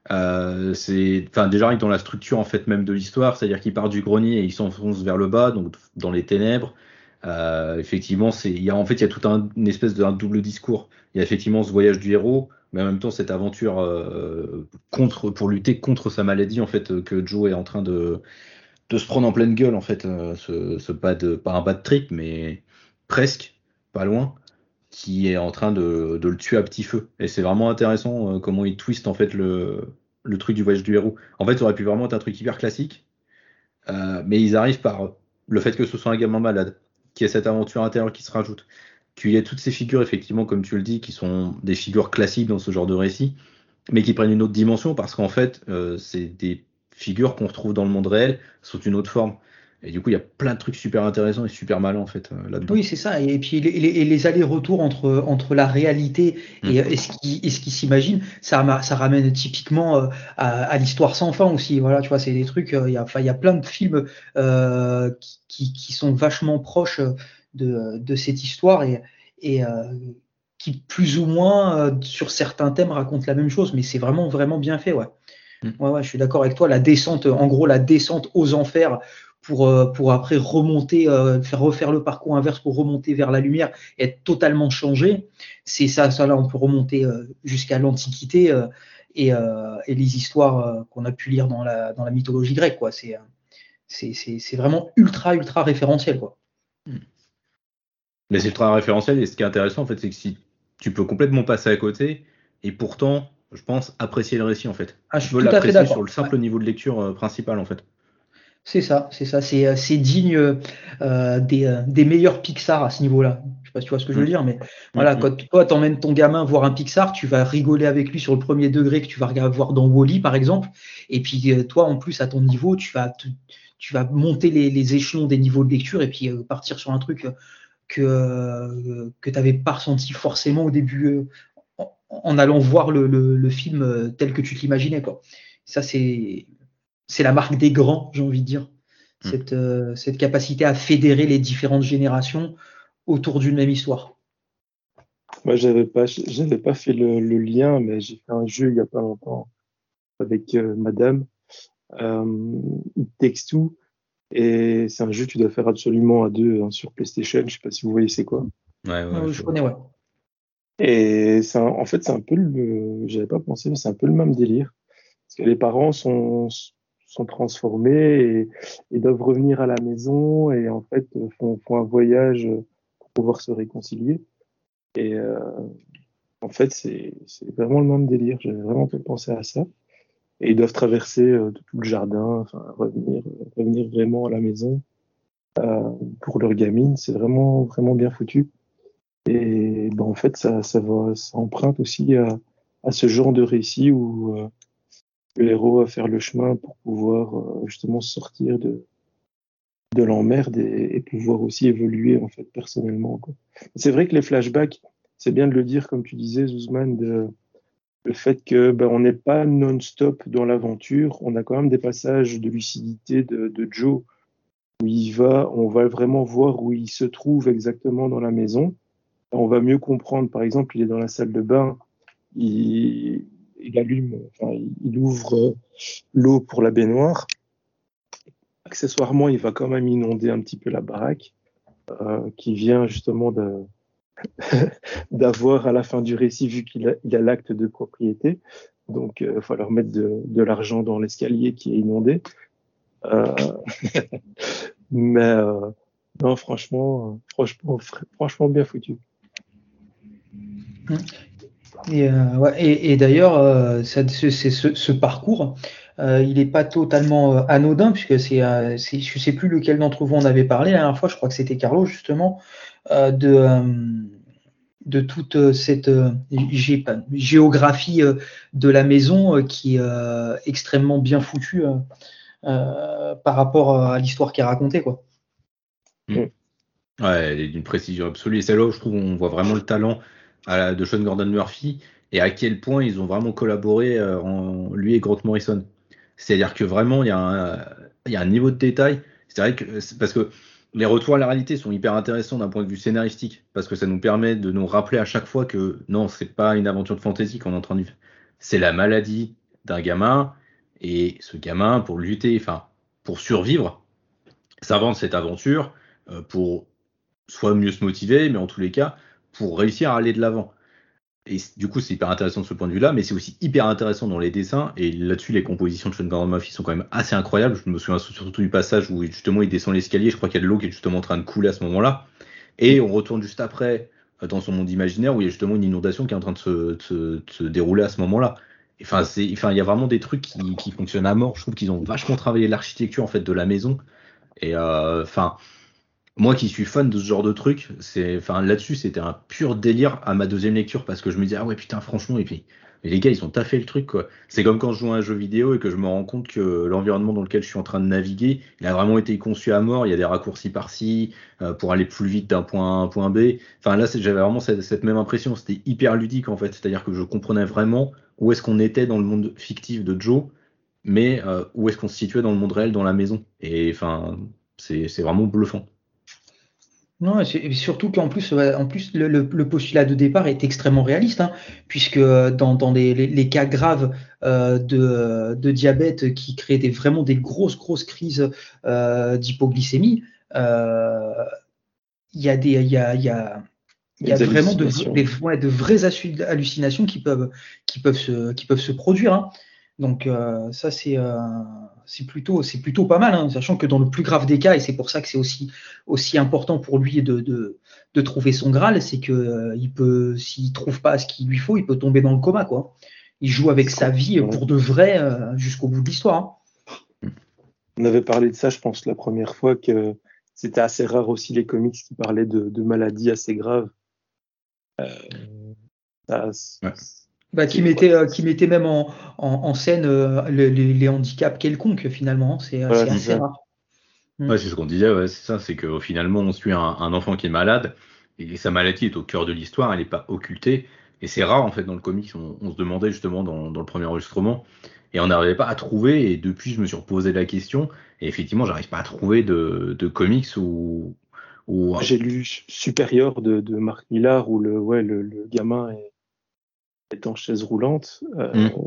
euh, c'est, enfin, déjà rien que dans la structure en fait même de l'histoire, c'est-à-dire qu'il part du grenier et il s'enfonce vers le bas, donc dans les ténèbres. Euh, effectivement, c'est, il y a en fait il y a tout un, une espèce d'un double discours. Il y a effectivement ce voyage du héros, mais en même temps cette aventure euh, contre pour lutter contre sa maladie en fait que Joe est en train de de se prendre en pleine gueule en fait, euh, ce, ce bad, pas un bad trip, mais presque, pas loin, qui est en train de, de le tuer à petit feu. Et c'est vraiment intéressant euh, comment il twist en fait le, le truc du voyage du héros. En fait, ça aurait pu vraiment être un truc hyper classique, euh, mais ils arrivent par le fait que ce soit un gamin malade, qu'il y ait cette aventure intérieure qui se rajoute, qu'il y ait toutes ces figures, effectivement, comme tu le dis, qui sont des figures classiques dans ce genre de récit, mais qui prennent une autre dimension parce qu'en fait, euh, c'est des figures qu'on retrouve dans le monde réel sous une autre forme. Et du coup, il y a plein de trucs super intéressants et super malins en fait euh, là-dedans. Oui, c'est ça. Et puis les, les- et les allers-retours entre, entre la réalité et, Mm. et ce qui, et ce qui s'imagine, ça, ma- ça ramène typiquement euh, à, à l'histoire sans fin aussi. Voilà, tu vois, c'est des trucs. euh, Il y a, enfin, il y a plein de films euh, qui, qui, qui sont vachement proches de, de cette histoire et, et euh, qui plus ou moins euh, sur certains thèmes racontent la même chose. Mais c'est vraiment vraiment bien fait, ouais. Mm. Ouais, ouais, je suis d'accord avec toi. La descente, en gros, la descente aux enfers pour, euh, pour après remonter, euh, faire refaire le parcours inverse pour remonter vers la lumière et être totalement changé. C'est ça, ça là, on peut remonter euh, jusqu'à l'Antiquité euh, et, euh, et les histoires euh, qu'on a pu lire dans la, dans la mythologie grecque, quoi. C'est, euh, c'est, c'est, c'est vraiment ultra, ultra référentiel, quoi. Mais c'est ultra référentiel et ce qui est intéressant en fait, c'est que si tu peux complètement passer à côté et pourtant, je pense, apprécier le récit en fait. Ah, je Tu suis peux tout à fait l'apprécier sur le d'accord. Ouais. simple niveau de lecture euh, principal en fait. C'est ça, c'est ça, c'est euh, c'est digne euh, des, euh, des meilleurs Pixar à ce niveau-là. Je sais pas si tu vois ce que je veux Mm. dire, mais Mm, voilà, mm. quand toi t'emmènes ton gamin voir un Pixar, tu vas rigoler avec lui sur le premier degré que tu vas regarder voir dans Wall-E par exemple, et puis euh, toi en plus à ton niveau, tu vas te- tu vas monter les, les échelons des niveaux de lecture et puis euh, partir sur un truc euh, que euh, que t'avais pas ressenti forcément au début euh, en, en allant voir le, le, le film euh, tel que tu te l'imaginais quoi. Ça c'est c'est la marque des grands, j'ai envie de dire. Mm. Cette, euh, cette capacité à fédérer les différentes générations autour d'une même histoire. Moi, j'avais pas, j'avais pas fait le, le lien, mais j'ai fait un jeu il y a pas longtemps avec euh, Madame. Euh, It Takes Two. Et c'est un jeu que tu dois faire absolument à deux hein, sur PlayStation. Je sais pas si vous voyez c'est quoi. Ouais, ouais, Euh, je je vois. connais, ouais. Et c'est un- en fait, c'est un peu le, j'avais pas pensé, mais c'est un peu le même délire. Parce que les parents sont, sont transformés et, et doivent revenir à la maison et en fait font, font un voyage pour pouvoir se réconcilier. Et euh, en fait, c'est, c'est vraiment le même délire. J'avais vraiment pas pensé à ça. Et ils doivent traverser euh, tout le jardin, enfin revenir, revenir vraiment à la maison euh, pour leur gamine. C'est vraiment, vraiment bien foutu. Et ben, en fait, ça, ça va, ça emprunte aussi à, à ce genre de récit où, euh, le héros à faire le chemin pour pouvoir euh, justement sortir de, de l'emmerde et, et pouvoir aussi évoluer en fait personnellement, quoi. C'est vrai que les flashbacks, c'est bien de le dire, comme tu disais, Zuzman, de, le fait que ben, on n'est pas non-stop dans l'aventure, on a quand même des passages de lucidité de, de Joe où il va, on va vraiment voir où il se trouve exactement dans la maison. On va mieux comprendre, par exemple, il est dans la salle de bain, il, il allume, enfin, il ouvre l'eau pour la baignoire. Accessoirement, il va quand même inonder un petit peu la baraque, euh, qui vient justement de, d'avoir à la fin du récit, vu qu'il a, il a l'acte de propriété. Donc, il euh, va falloir mettre de, de l'argent dans l'escalier qui est inondé. Euh, mais euh, non, franchement, franchement, franchement bien foutu. Et, euh, ouais, et, et d'ailleurs, euh, ça, c'est, c'est ce, ce parcours, euh, il n'est pas totalement euh, anodin, puisque c'est, euh, c'est, je ne sais plus lequel d'entre vous en avait parlé la dernière fois, je crois que c'était Carlo justement, euh, de, euh, de toute cette euh, gé- géographie euh, de la maison euh, qui est euh, extrêmement bien foutue euh, euh, par rapport à l'histoire qui est racontée, quoi. Mmh. Ouais, elle est d'une précision absolue. Et c'est là où je trouve on voit vraiment le talent à la- de Sean Gordon Murphy et à quel point ils ont vraiment collaboré euh, en, lui et Grant Morrison. C'est-à-dire que vraiment, il y a un, il y a un niveau de détail. C'est vrai que c'est parce que les retours à la réalité sont hyper intéressants d'un point de vue scénaristique, parce que ça nous permet de nous rappeler à chaque fois que non, c'est pas une aventure de fantasy qu'on est en train de vivre. C'est la maladie d'un gamin, et ce gamin, pour lutter, enfin, pour survivre, s'invente cette aventure euh, pour soit mieux se motiver, mais en tous les cas, pour réussir à aller de l'avant. Et du coup, c'est hyper intéressant de ce point de vue-là, mais c'est aussi hyper intéressant dans les dessins. Et là-dessus, les compositions de Sean Gordon Murphy sont quand même assez incroyables. Je me souviens surtout du passage où justement il descend l'escalier. Je crois qu'il y a de l'eau qui est justement en train de couler à ce moment-là. Et on retourne juste après dans son monde imaginaire où il y a justement une inondation qui est en train de se, de se, de se dérouler à ce moment-là. Enfin, c'est, enfin, il y a vraiment des trucs qui, qui fonctionnent à mort. Je trouve qu'ils ont vachement travaillé l'architecture en fait de la maison. Et euh, enfin, moi qui suis fan de ce genre de truc, c'est, enfin là-dessus c'était un pur délire à ma deuxième lecture parce que je me disais ah ouais putain franchement et puis mais les gars ils ont taffé le truc quoi. C'est comme quand je joue à un jeu vidéo et que je me rends compte que l'environnement dans lequel je suis en train de naviguer, il a vraiment été conçu à mort. Il y a des raccourcis par-ci euh, pour aller plus vite d'un point A à un point B. Enfin là c'est- j'avais vraiment cette, cette même impression. C'était hyper ludique en fait, c'est-à-dire que je comprenais vraiment où est-ce qu'on était dans le monde fictif de Joe, mais euh, où est-ce qu'on se situait dans le monde réel dans la maison. Et enfin c'est c'est vraiment bluffant. Non, et c'est- et surtout qu'en plus, ouais, en plus le, le- le postulat de départ est extrêmement réaliste, hein, puisque euh, dans, dans les, les- les cas graves euh, de, de diabète qui créent des, vraiment des grosses, grosses crises euh, d'hypoglycémie, euh, il y a des, il y a, il y a, il y a Les vraiment de, v- hallucinations. des, ouais, de vraies assu- hallucinations qui peuvent, qui peuvent se, qui peuvent se produire, hein. Donc euh, ça c'est euh, c'est plutôt c'est plutôt pas mal, hein, sachant que dans le plus grave des cas, et c'est pour ça que c'est aussi aussi important pour lui de de, de trouver son Graal, c'est que euh, il peut s'il trouve pas ce qu'il lui faut, il peut tomber dans le coma, quoi. Il joue avec sa vie Ouais. pour de vrai euh, jusqu'au bout de l'histoire, hein. On avait parlé de ça, je pense, la première fois, que c'était assez rare aussi les comics qui parlaient de, de maladies assez graves. Euh, ça, Ouais. Bah, qui c'est quoi? mettait, euh, qui mettait même en, en, en scène euh, le- les, les handicaps quelconques, finalement, hein. C'est euh, Voilà, c'est c'est assez ça. rare. Mm. Ouais, c'est ce qu'on disait, ouais, c'est ça, c'est que finalement on suit un, un enfant qui est malade et sa maladie est au cœur de l'histoire, elle n'est pas occultée. Et c'est rare en fait dans le comics, on, on se demandait justement dans, dans le premier enregistrement et on n'arrivait pas à trouver. Et depuis, je me suis reposé la question et effectivement, j'arrive pas à trouver de, de comics où, où J'ai lu Supérieur de, de Marc Millar où le, ouais, le, le gamin est, est en chaise roulante. Euh, hmm.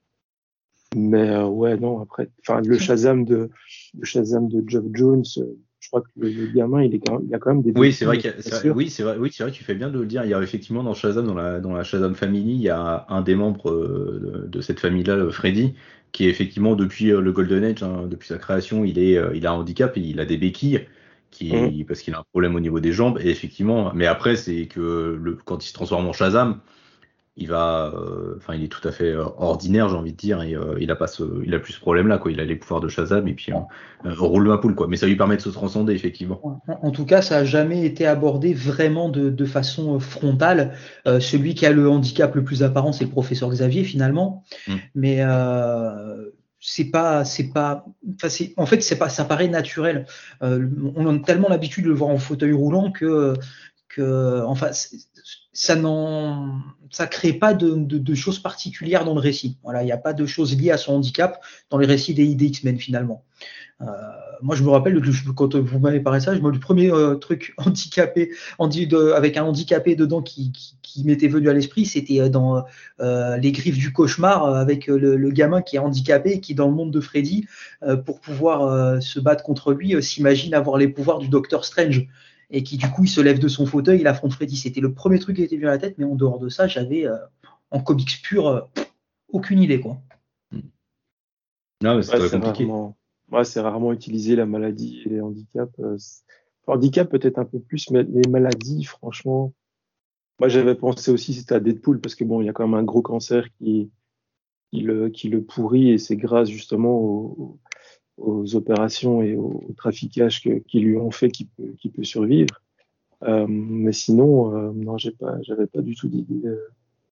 mais euh, ouais, non, après, enfin, le Shazam de, le Shazam de Geoff Jones, euh, je crois que le, le gamin, il, est quand même, il a quand même des Oui, c'est défauts, vrai mais qu'il y a- bien c'est vrai- sûr. oui, c'est vrai, oui, c'est vrai que tu fais bien de le dire. Il y a effectivement dans Shazam, dans la, dans la Shazam Family, il y a un des membres euh, de, de cette famille-là, euh, Freddy, qui est effectivement depuis euh, le Golden Age, hein, depuis sa création, il est, euh, il a un handicap et il a des béquilles, Hum, qui, parce qu'il a un problème au niveau des jambes. Et effectivement, mais après, c'est que le, quand il se transforme en Shazam, il va, euh, enfin, il est tout à fait euh, ordinaire, j'ai envie de dire, et euh, il a pas ce, il a plus ce problème-là, quoi. Il a les pouvoirs de Shazam et puis euh, euh, roule ma poule, quoi. Mais ça lui permet de se transcender, effectivement. En, en tout cas, ça n'a jamais été abordé vraiment de, de façon frontale. Euh, celui qui a le handicap le plus apparent, c'est le professeur Xavier finalement. Mm. Mais euh, c'est pas, c'est pas, enfin c'est, en fait, c'est pas, ça paraît naturel. Euh, on a tellement l'habitude de le voir en fauteuil roulant que, que, enfin, ça n'en, ça crée pas de, de, de choses particulières dans le récit. Voilà, il n'y a pas de choses liées à son handicap dans les récits des, des X-Men finalement. Euh, moi, je me rappelle que quand vous m'avez parlé de ça, je me le premier euh, truc handicapé, handi, de, avec un handicapé dedans qui, qui, qui m'était venu à l'esprit, c'était dans euh, Les Griffes du cauchemar, avec le, le gamin qui est handicapé et qui, dans le monde de Freddy, euh, pour pouvoir euh, se battre contre lui, euh, s'imagine avoir les pouvoirs du Docteur Strange. Et qui, du coup, il se lève de son fauteuil, il affronte Freddy. C'était le premier truc qui était venu à la tête, mais en dehors de ça, j'avais, euh, en comics pur, euh, aucune idée, quoi. Non, mais c'est Ouais, très c'est compliqué. rarement, ouais, c'est rarement utilisé la maladie et les handicaps. euh, c'est- handicap peut-être un peu plus, mais les maladies, franchement, moi j'avais pensé aussi c'était à Deadpool parce que bon, il y a quand même un gros cancer qui, qui le, qui le pourrit et c'est grâce justement aux, aux opérations et au, au traficage que, qu'ils lui ont fait qu'il peut, qu'il peut survivre. Euh, mais sinon, euh, non, j'ai pas, j'avais pas du tout d'idée. euh,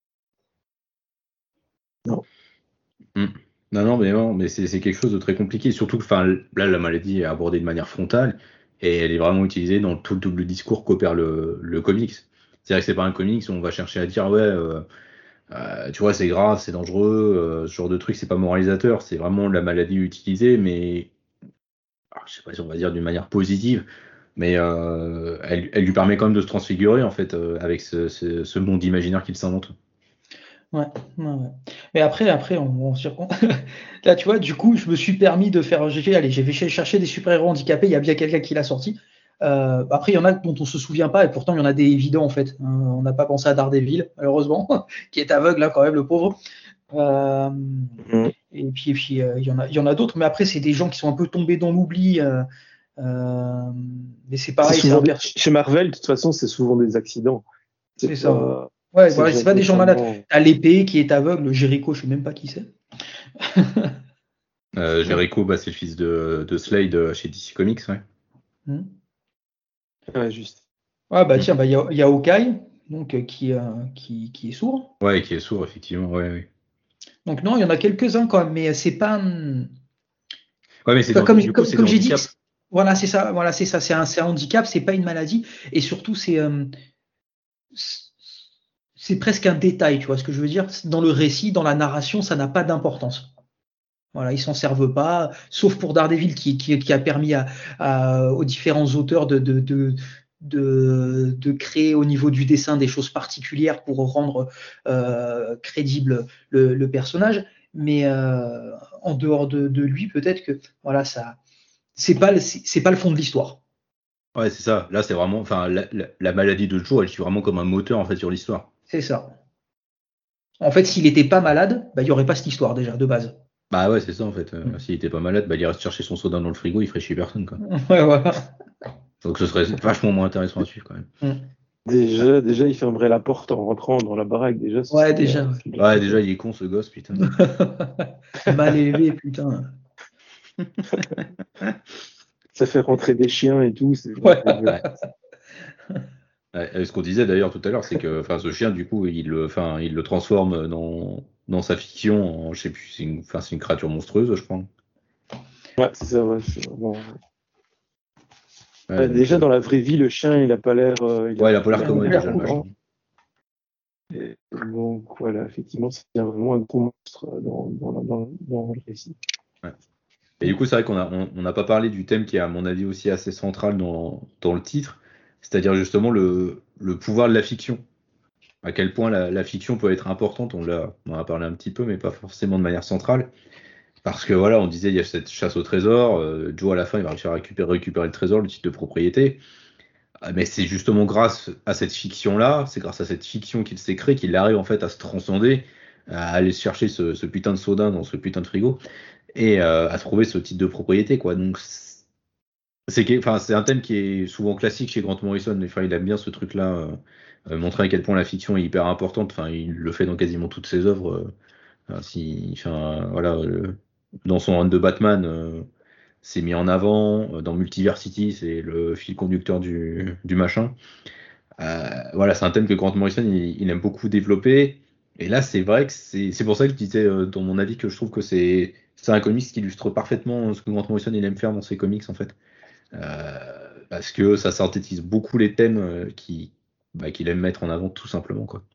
Non. Mm. Non, non, mais non, mais c'est c'est quelque chose de très compliqué. Surtout que, enfin, là, la maladie est abordée de manière frontale et elle est vraiment utilisée dans tout le double discours qu'opère le, le comics. C'est-à-dire que c'est pas un comics où on va chercher à dire, ouais, euh, euh, tu vois, c'est grave, c'est dangereux, euh, ce genre de truc, c'est pas moralisateur. C'est vraiment la maladie utilisée, mais alors, je sais pas si on va dire d'une manière positive, mais euh, elle, elle lui permet quand même de se transfigurer, en fait, euh, avec ce, ce, ce monde imaginaire qu'il s'invente. Ouais, ouais, ouais. Mais après, après, on, on sur- là, tu vois, du coup, je me suis permis de faire. J'ai fait, allez, j'ai fait chercher des super-héros handicapés. Il y a bien quelqu'un qui l'a sorti. Euh, après, il y en a dont on se souvient pas, et pourtant, il y en a des évidents en fait. Euh, on n'a pas pensé à Daredevil, malheureusement, qui est aveugle là, quand même, le pauvre. Euh, Mhm. et puis, et puis, euh, il y en a, il y en a d'autres. Mais après, c'est des gens qui sont un peu tombés dans l'oubli. Euh, euh, mais c'est C'est pareil, c'est souvent un des- personnage. chez Marvel, de toute façon, c'est souvent des accidents. C'est C'est ça. Ouais, pas, ouais, c'est voilà, c'est pas jamais des gens malades. vraiment. T'as l'épée qui est aveugle, Jericho, je sais même pas qui c'est. Euh, Jericho, bah, c'est le fils de, de Slade euh, chez D C Comics, ouais. Hmm. Ouais, juste. Ah bah Mm. tiens, bah il y a, il y a Hawkeye, donc euh, qui, euh, qui, qui est sourd. Ouais, qui est sourd, effectivement, ouais, ouais. Donc non, il y en a quelques-uns quand même, mais c'est pas, hum, Ouais, mais c'est des comme, handi- comme, du coup, comme, c'est des comme j'ai dit, handicaps. c'est- voilà, c'est ça, voilà, c'est ça, c'est un, c'est un handicap, c'est pas une maladie, et surtout c'est, euh, c'est presque un détail, tu vois ce que je veux dire? Dans le récit, dans la narration, ça n'a pas d'importance. Voilà, ils s'en servent pas, sauf pour Daredevil qui, qui, qui a permis à, à- aux différents auteurs de, de, de, de, de créer au niveau du dessin des choses particulières pour rendre euh, crédible le, le personnage. Mais euh, en dehors de, de lui, peut-être que voilà, ça, c'est pas, le- c'est c'est pas le fond de l'histoire. Ouais, c'est ça. Là, c'est vraiment, enfin, la, la- la maladie de Joe, elle suit vraiment comme un moteur, en fait, sur l'histoire. C'est ça. En fait, s'il n'était pas malade, bah, il n'y aurait pas cette histoire déjà de base. Bah ouais, c'est ça, en fait. Euh, Mm. s'il était pas malade, bah, il irait chercher son soda dans le frigo, il ferait chier personne, quoi. Ouais, voilà. Donc ce serait vachement moins intéressant à suivre, quand même. Mm. Déjà, déjà, il fermerait la porte en rentrant dans la baraque. Déjà, ce Ouais, serait, déjà. euh, Ouais. c'est déjà Ouais, très déjà, fort. il est con, ce gosse, putain. Mal élevé, putain. Ça fait rentrer des chiens et tout. C'est Ouais. c'est déjà- Ouais. Ouais, et ce qu'on disait d'ailleurs tout à l'heure, c'est que, enfin, ce chien, du coup, il le, enfin, il le transforme dans, dans sa fiction en, je sais plus, c'est une, enfin, c'est une créature monstrueuse, je crois. Ouais, c'est ça. Ouais, c'est vraiment- Ouais, Ouais, donc, déjà, euh, dans la vraie vie, le chien, il a pas l'air, euh, il a ouais, il a pas pas l'air l'air Ouais, commode l'air déjà, le cool. machin. courant. Et donc, voilà, effectivement, c'est vraiment un gros monstre euh, dans, dans, la- dans, dans le récit. Ouais. Et du coup, c'est vrai qu'on a, on on n'a pas parlé du thème qui est, à mon avis, aussi assez central dans, dans le titre, c'est-à-dire justement le, le pouvoir de la fiction. À quel point la, la fiction peut être importante, on l'a, on en a parlé un petit peu, mais pas forcément de manière centrale. Parce que voilà, on disait, il y a cette chasse au trésor, euh, Joe à la fin, il va réussir à récupérer, récupérer le trésor, le titre de propriété. Ah, mais c'est justement grâce à cette fiction-là, c'est grâce à cette fiction qu'il s'est créé qu'il arrive en fait à se transcender, à aller chercher ce, ce putain de soda dans ce putain de frigo et euh, à trouver ce titre de propriété, quoi. Donc c'est, que- enfin, c'est un thème qui est souvent classique chez Grant Morrison. Enfin, il aime bien ce truc-là, euh, euh, montrer à quel point la fiction est hyper importante. Enfin, il le fait dans quasiment toutes ses œuvres. euh, enfin, si, enfin, voilà, euh, dans son run de Batman, euh, c'est mis en avant. Euh, Dans Multiversity, c'est le fil conducteur du, du machin. Euh, voilà, c'est un thème que Grant Morrison il, il aime beaucoup développer. Et là, c'est vrai que c'est c'est pour ça que je disais euh, dans mon avis que je trouve que c'est c'est un comics qui illustre parfaitement ce que Grant Morrison il aime faire dans ses comics en fait. Euh, parce que ça synthétise beaucoup les thèmes euh, qui bah, qu'il aime mettre en avant tout simplement quoi.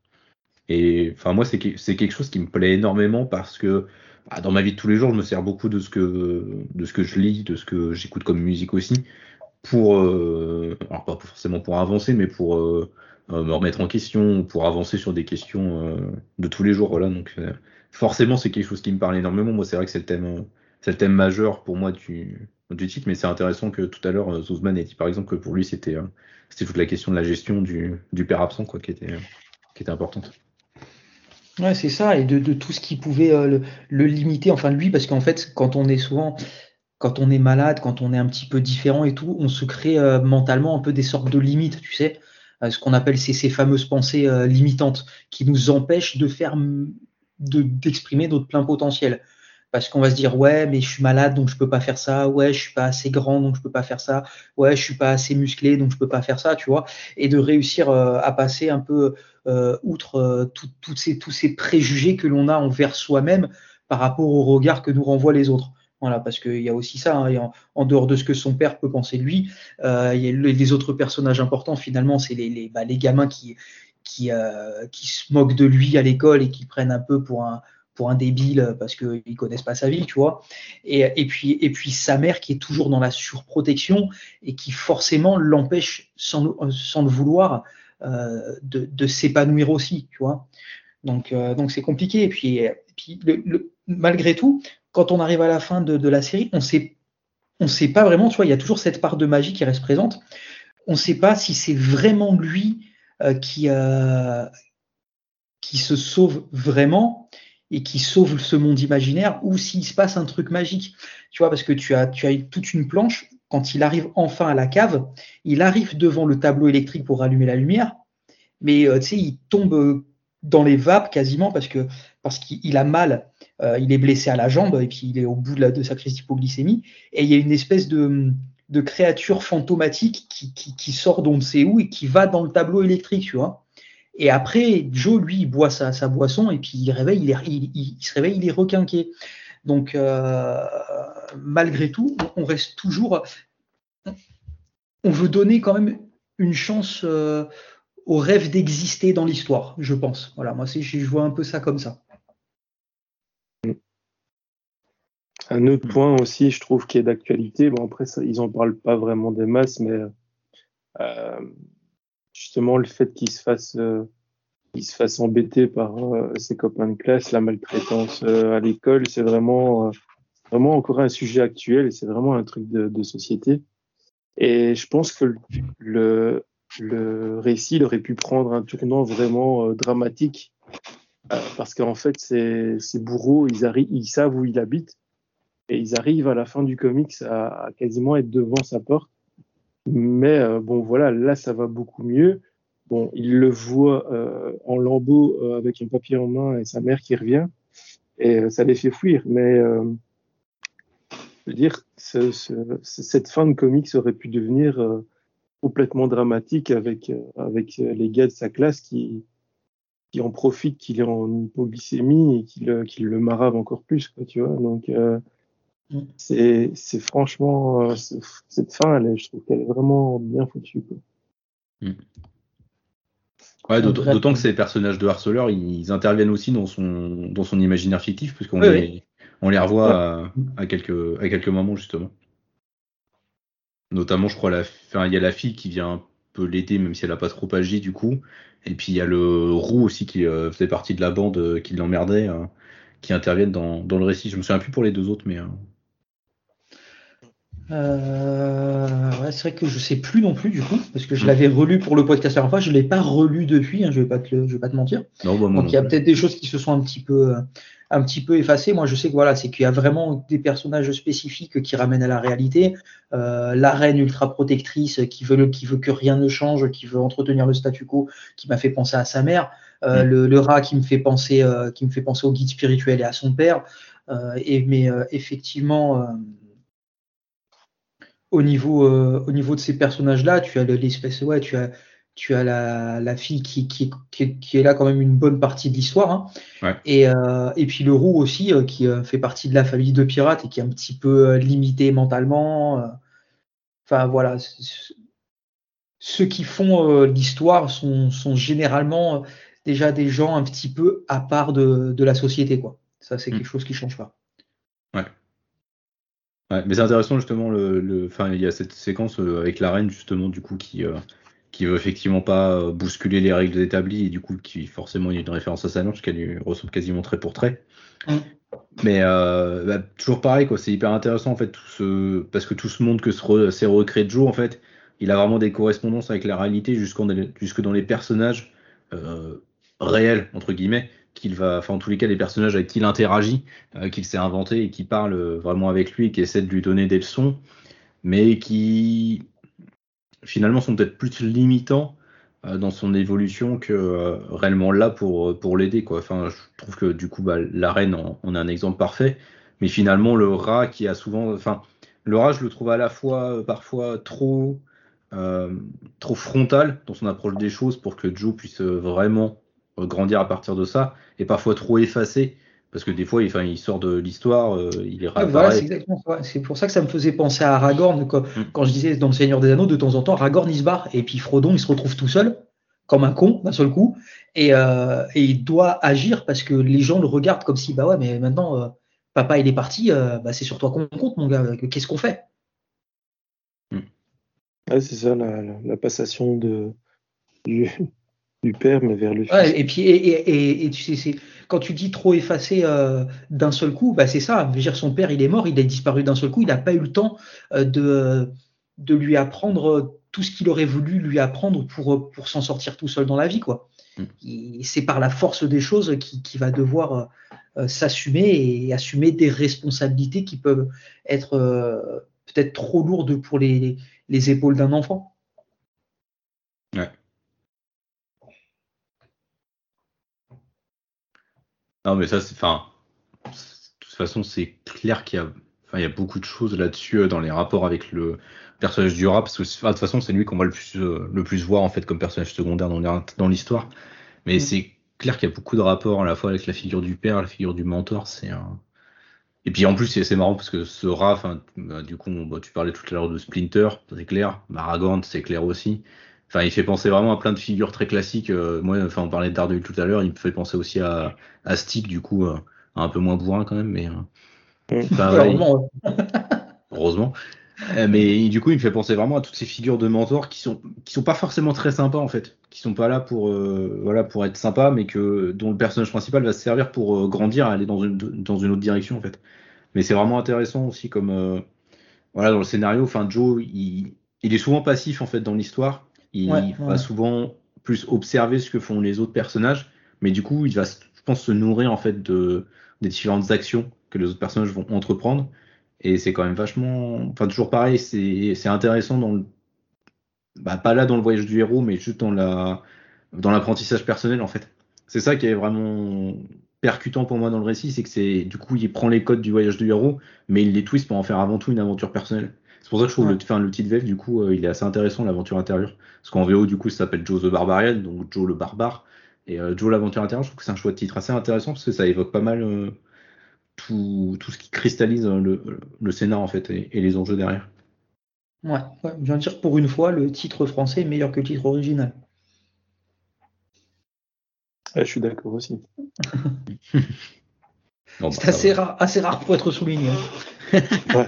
Et enfin moi c'est que- c'est quelque chose qui me plaît énormément parce que bah, dans ma vie de tous les jours je me sers beaucoup de ce que de ce que je lis, de ce que j'écoute comme musique aussi pour, euh, alors pas forcément pour avancer, mais pour euh, euh, me remettre en question, pour avancer sur des questions euh, de tous les jours. Voilà, donc euh, forcément c'est quelque chose qui me parle énormément. Moi c'est vrai que c'est le thème, euh, c'est le thème majeur pour moi du, du titre, mais c'est intéressant que tout à l'heure euh, Zuzman ait dit par exemple que pour lui c'était euh, c'était toute la question de la gestion du, du père absent quoi, qui était, euh, qui était importante. Ouais, c'est ça, et de, de tout ce qui pouvait euh, le, le limiter, enfin lui, parce qu'en fait, quand on est souvent, quand on est malade, quand on est un petit peu différent et tout, on se crée euh, mentalement un peu des sortes de limites, tu sais, euh, ce qu'on appelle ces, ces fameuses pensées euh, limitantes qui nous empêchent de faire, de, d'exprimer notre plein potentiel. Parce qu'on va se dire, ouais, mais je suis malade, donc je peux pas faire ça. Ouais, je suis pas assez grand, donc je peux pas faire ça. Ouais, je suis pas assez musclé, donc je peux pas faire ça, tu vois. Et de réussir euh, à passer un peu euh, outre euh, tout- tout ces, tous ces préjugés que l'on a envers soi-même par rapport au regard que nous renvoient les autres. Voilà, parce qu'il y a aussi ça, hein, et en, en dehors de ce que son père peut penser de lui, euh, il y a les, les autres personnages importants, finalement, c'est les, les, bah, les gamins qui, qui, euh, qui se moquent de lui à l'école et qui le prennent un peu pour un, pour un débile parce qu'ils ne connaissent pas sa vie, tu vois. Et, et, puis, et puis sa mère qui est toujours dans la surprotection et qui forcément l'empêche, sans, sans le vouloir, euh, de, de s'épanouir aussi, tu vois. Donc, euh, donc c'est compliqué. Et puis, et puis le, le, malgré tout, quand on arrive à la fin de, de la série, on sait, on sait pas vraiment, tu vois, il y a toujours cette part de magie qui reste présente. On ne sait pas si c'est vraiment lui euh, qui, euh, qui se sauve vraiment et qui sauve ce monde imaginaire ou s'il se passe un truc magique. Tu vois, parce que tu as, tu as toute une planche. Quand il arrive enfin à la cave, il arrive devant le tableau électrique pour rallumer la lumière, mais euh, tu sais, il tombe dans les vapes quasiment parce que parce qu'il a mal, euh, il est blessé à la jambe et puis il est au bout de, la, de sa crise d'hypoglycémie et il y a une espèce de, de créature fantomatique qui, qui, qui sort d'on ne sait où et qui va dans le tableau électrique, tu vois. Et après, Joe, lui, il boit sa, sa boisson et puis il, réveille, il, est, il, il, il se réveille, il est requinqué. Donc, euh, malgré tout, on reste toujours. On veut donner quand même une chance euh, au rêve d'exister dans l'histoire, je pense. Voilà, moi, c'est, je vois un peu ça comme ça. Un autre point aussi, je trouve, qui est d'actualité. Bon, après, ça, ils en parlent pas vraiment des masses, mais euh, justement, le fait qu'ils se fassent euh, qu'il se fasse embêter par euh, ses copains de classe, la maltraitance euh, à l'école, c'est vraiment, euh, vraiment encore un sujet actuel et c'est vraiment un truc de, de société. Et je pense que le, le récit il aurait pu prendre un tournant vraiment euh, dramatique euh, parce qu'en fait, ces, ces bourreaux, ils, arrivent, ils savent où il habite et ils arrivent à la fin du comics à, à quasiment être devant sa porte. Mais euh, bon, voilà, là, ça va beaucoup mieux. Bon, il le voit euh, en lambeaux euh, avec un papier en main et sa mère qui revient, et euh, ça les fait fuir. Mais euh, je veux dire, ce, ce, cette fin de comics aurait pu devenir euh, complètement dramatique avec euh, avec les gars de sa classe qui qui en profitent qu'il est en hypoglycémie et qui le, qui le marave encore plus, quoi, tu vois. Donc euh, Mm. c'est c'est franchement euh, cette fin, elle est, je trouve qu'elle est vraiment bien foutue, quoi. Mm. Ouais, d'autant, d'autant que ces personnages de harceleurs, ils interviennent aussi dans son, dans son imaginaire fictif, puisqu'on Oui, les, oui. on les revoit Ouais. à, à quelques, à quelques moments, justement. Notamment, je crois, la, enfin, il y a la fille qui vient un peu l'aider, même si elle n'a pas trop agi, du coup. Et puis, il y a le roux aussi qui euh, faisait partie de la bande euh, qui l'emmerdait, euh, qui interviennent dans, dans le récit. Je me souviens plus pour les deux autres, mais. euh, Euh, ouais, c'est vrai que je sais plus non plus du coup, parce que je mm. l'avais relu pour le podcast la dernière fois, je l'ai pas relu depuis, hein, je vais pas te, je vais pas te mentir. Non, bah, moi Donc non il y a plus. peut-être des choses qui se sont un petit peu, un petit peu effacé. Moi, je sais que voilà, c'est qu'il y a vraiment des personnages spécifiques qui ramènent à la réalité. Euh, la reine ultra protectrice qui veut, le, qui veut que rien ne change, qui veut entretenir le statu quo, qui m'a fait penser à sa mère. Euh, mmh. le, le rat qui me fait penser, euh, qui me fait penser au guide spirituel et à son père. Euh, et, mais euh, effectivement, euh, au niveau, euh, au niveau de ces personnages-là, tu as l'espèce, ouais, tu as tu as la, la fille qui, qui, qui, qui est là quand même une bonne partie de l'histoire. Hein. Ouais. Et, euh, et puis le roux aussi, euh, qui euh, fait partie de la famille de pirates et qui est un petit peu euh, limité mentalement. Euh. Enfin voilà, ceux qui font euh, l'histoire sont, sont généralement euh, déjà des gens un petit peu à part de, de la société, quoi. Ça, c'est mmh. quelque chose qui ne change pas. Ouais. Ouais, mais c'est intéressant justement, le, le, enfin, il y a cette séquence avec la reine justement du coup qui... Euh... qui veut effectivement pas bousculer les règles établies et du coup qui forcément il y a une référence à sa mère parce qu'elle lui ressemble quasiment trait pour trait. Mm. Mais euh, bah, toujours pareil quoi, c'est hyper intéressant en fait tout ce parce que tout ce monde que s'est recréé Joe en fait, il a vraiment des correspondances avec la réalité jusqu'en jusque dans les personnages euh, réels entre guillemets qu'il va, enfin en tous les cas les personnages avec qui il interagit, euh, qu'il s'est inventé et qui parlent vraiment avec lui et qui essaient de lui donner des leçons, mais qui finalement sont peut-être plus limitants euh, dans son évolution que euh, réellement là pour, pour l'aider quoi. Enfin, je trouve que du coup bah, la reine en, en a un exemple parfait, mais finalement le rat qui a souvent, enfin le rat je le trouve à la fois euh, parfois trop euh, trop frontal dans son approche des choses pour que Joe puisse euh, vraiment euh, grandir à partir de ça, et parfois trop effacé. Parce que des fois, il, enfin, il sort de l'histoire, euh, il est réapparaît. Voilà, c'est exactement ça. C'est pour ça que ça me faisait penser à Aragorn. Quand, mm. quand je disais dans Le Seigneur des Anneaux, de temps en temps, Aragorn, il se barre. Et puis Frodon, il se retrouve tout seul, comme un con, d'un seul coup. Et, euh, et il doit agir parce que les gens le regardent comme si, bah ouais, mais maintenant, euh, papa, il est parti, euh, bah, c'est sur toi qu'on compte, mon gars. Qu'est-ce qu'on fait? mm. Ouais, c'est ça, la, la, la passation de, du, du père, mais vers le fils. Ouais, et puis, et, et, et, et tu sais, c'est, quand tu dis trop effacé euh, d'un seul coup, bah c'est ça. Je veux dire, son père, il est mort, il a disparu d'un seul coup, il n'a pas eu le temps euh, de, de lui apprendre tout ce qu'il aurait voulu lui apprendre pour, pour s'en sortir tout seul dans la vie, quoi. Mm. C'est par la force des choses qu'il qui va devoir euh, s'assumer et assumer des responsabilités qui peuvent être euh, peut-être trop lourdes pour les, les épaules d'un enfant. Ouais. Non, mais ça, c'est, enfin, de toute façon, c'est clair qu'il y a, enfin, il y a beaucoup de choses là-dessus dans les rapports avec le personnage du rat, parce que enfin, de toute façon, c'est lui qu'on va le plus, euh, le plus voir en fait comme personnage secondaire dans, dans l'histoire. Mais mmh. c'est clair qu'il y a beaucoup de rapports à la fois avec la figure du père, la figure du mentor. C'est un... Et puis en plus, c'est, c'est marrant parce que ce rat, enfin, bah, du coup, bah, tu parlais tout à l'heure de Splinter, c'est clair. Aragorn, c'est clair aussi. Enfin, il fait penser vraiment à plein de figures très classiques. Euh, moi, enfin, on parlait de Daredevil tout à l'heure, il me fait penser aussi à, à Stick, du coup, euh, un peu moins bourrin quand même, mais. Euh, enfin, ouais, heureusement. Il... heureusement. Euh, mais du coup, il me fait penser vraiment à toutes ces figures de mentors qui sont qui sont pas forcément très sympas en fait, qui sont pas là pour euh, voilà pour être sympa, mais que dont le personnage principal va se servir pour euh, grandir, aller dans une dans une autre direction en fait. Mais c'est vraiment intéressant aussi comme euh, voilà dans le scénario. Enfin, Joe, il, il est souvent passif en fait dans l'histoire. Il ouais, va ouais. souvent plus observer ce que font les autres personnages, mais du coup, il va, je pense, se nourrir en fait de des différentes actions que les autres personnages vont entreprendre. Et c'est quand même vachement, enfin toujours pareil, c'est c'est intéressant dans le, bah pas là dans le voyage du héros, mais juste dans la dans l'apprentissage personnel en fait. C'est ça qui est vraiment percutant pour moi dans le récit, c'est que c'est du coup il prend les codes du voyage du héros, mais il les twist pour en faire avant tout une aventure personnelle. C'est pour ça que je trouve ouais. le, enfin, le titre V F du coup euh, il est assez intéressant, l'aventure intérieure, parce qu'en V O du coup ça s'appelle Joe the Barbarian, donc Joe le barbare, et euh, Joe l'aventure intérieure, je trouve que c'est un choix de titre assez intéressant parce que ça évoque pas mal euh, tout, tout ce qui cristallise le, le scénar en fait et, et les enjeux derrière. Ouais, ouais, je viens de dire pour une fois, le titre français est meilleur que le titre original. Ah, je suis d'accord aussi. Non, c'est bah, assez, rare, assez rare pour être souligné. Ouais.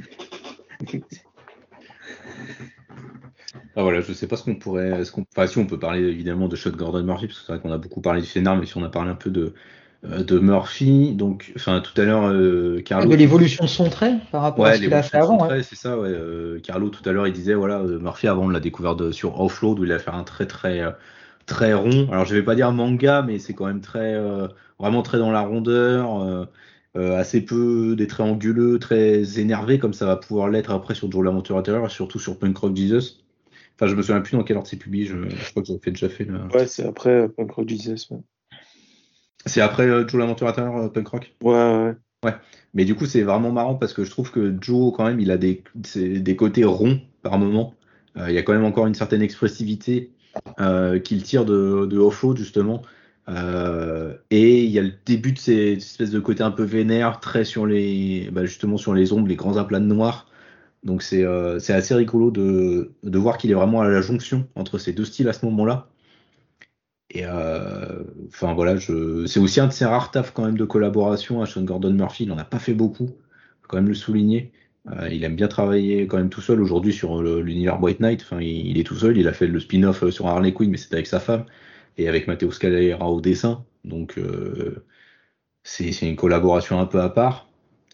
Ah, voilà, je sais pas ce qu'on pourrait. Ce qu'on, enfin, si on peut parler évidemment de Shot Gordon Murphy, parce que c'est vrai qu'on a beaucoup parlé du scénar, mais si on a parlé un peu de, de Murphy, donc, enfin, tout à l'heure, euh, Carlo. De l'évolution de son trait par rapport ouais, à ce qu'il a fait avant. Trait, ouais. C'est ça, ouais. Euh, Carlo, tout à l'heure, il disait, voilà, euh, Murphy, avant, on l'a découvert de, sur Offload, où il a fait un très, très, euh, très rond. Alors, je vais pas dire manga, mais c'est quand même très. Euh, vraiment très dans la rondeur, euh, euh, assez peu des traits anguleux, très énervé, comme ça va pouvoir l'être après sur Joe l'Aventure intérieure, et surtout sur Punk Rock Jesus. Enfin, je me souviens plus dans quel ordre c'est publié, je, je crois que j'avais fait, déjà fait le... Ouais, c'est après euh, Punk Rock Jesus. Ouais, C'est après euh, Joe l'Aventure intérieure, euh, Punk Rock? ouais, ouais. Ouais. Mais du coup, c'est vraiment marrant parce que je trouve que Joe, quand même, il a des, c'est des côtés ronds par moment. Euh, il y a quand même encore une certaine expressivité euh, qu'il tire de, de Offroad, justement. Euh, et il y a le début de ces espèces de côté un peu vénère, très sur les, bah, justement sur les ombres, les grands aplats de noir. Donc c'est euh, c'est assez rigolo de, de voir qu'il est vraiment à la jonction entre ces deux styles à ce moment-là. Et euh, enfin voilà, je... c'est aussi un de ses rares tafs quand même de collaboration. À Sean Gordon Murphy, il n'en a pas fait beaucoup, faut quand même le souligner. Euh, il aime bien travailler quand même tout seul aujourd'hui sur le- l'univers White Knight. Enfin, il, il est tout seul. Il a fait le spin-off euh, sur Harley Quinn, mais c'était avec sa femme et avec Matteo Scalera au dessin. Donc euh, c'est c'est une collaboration un peu à part.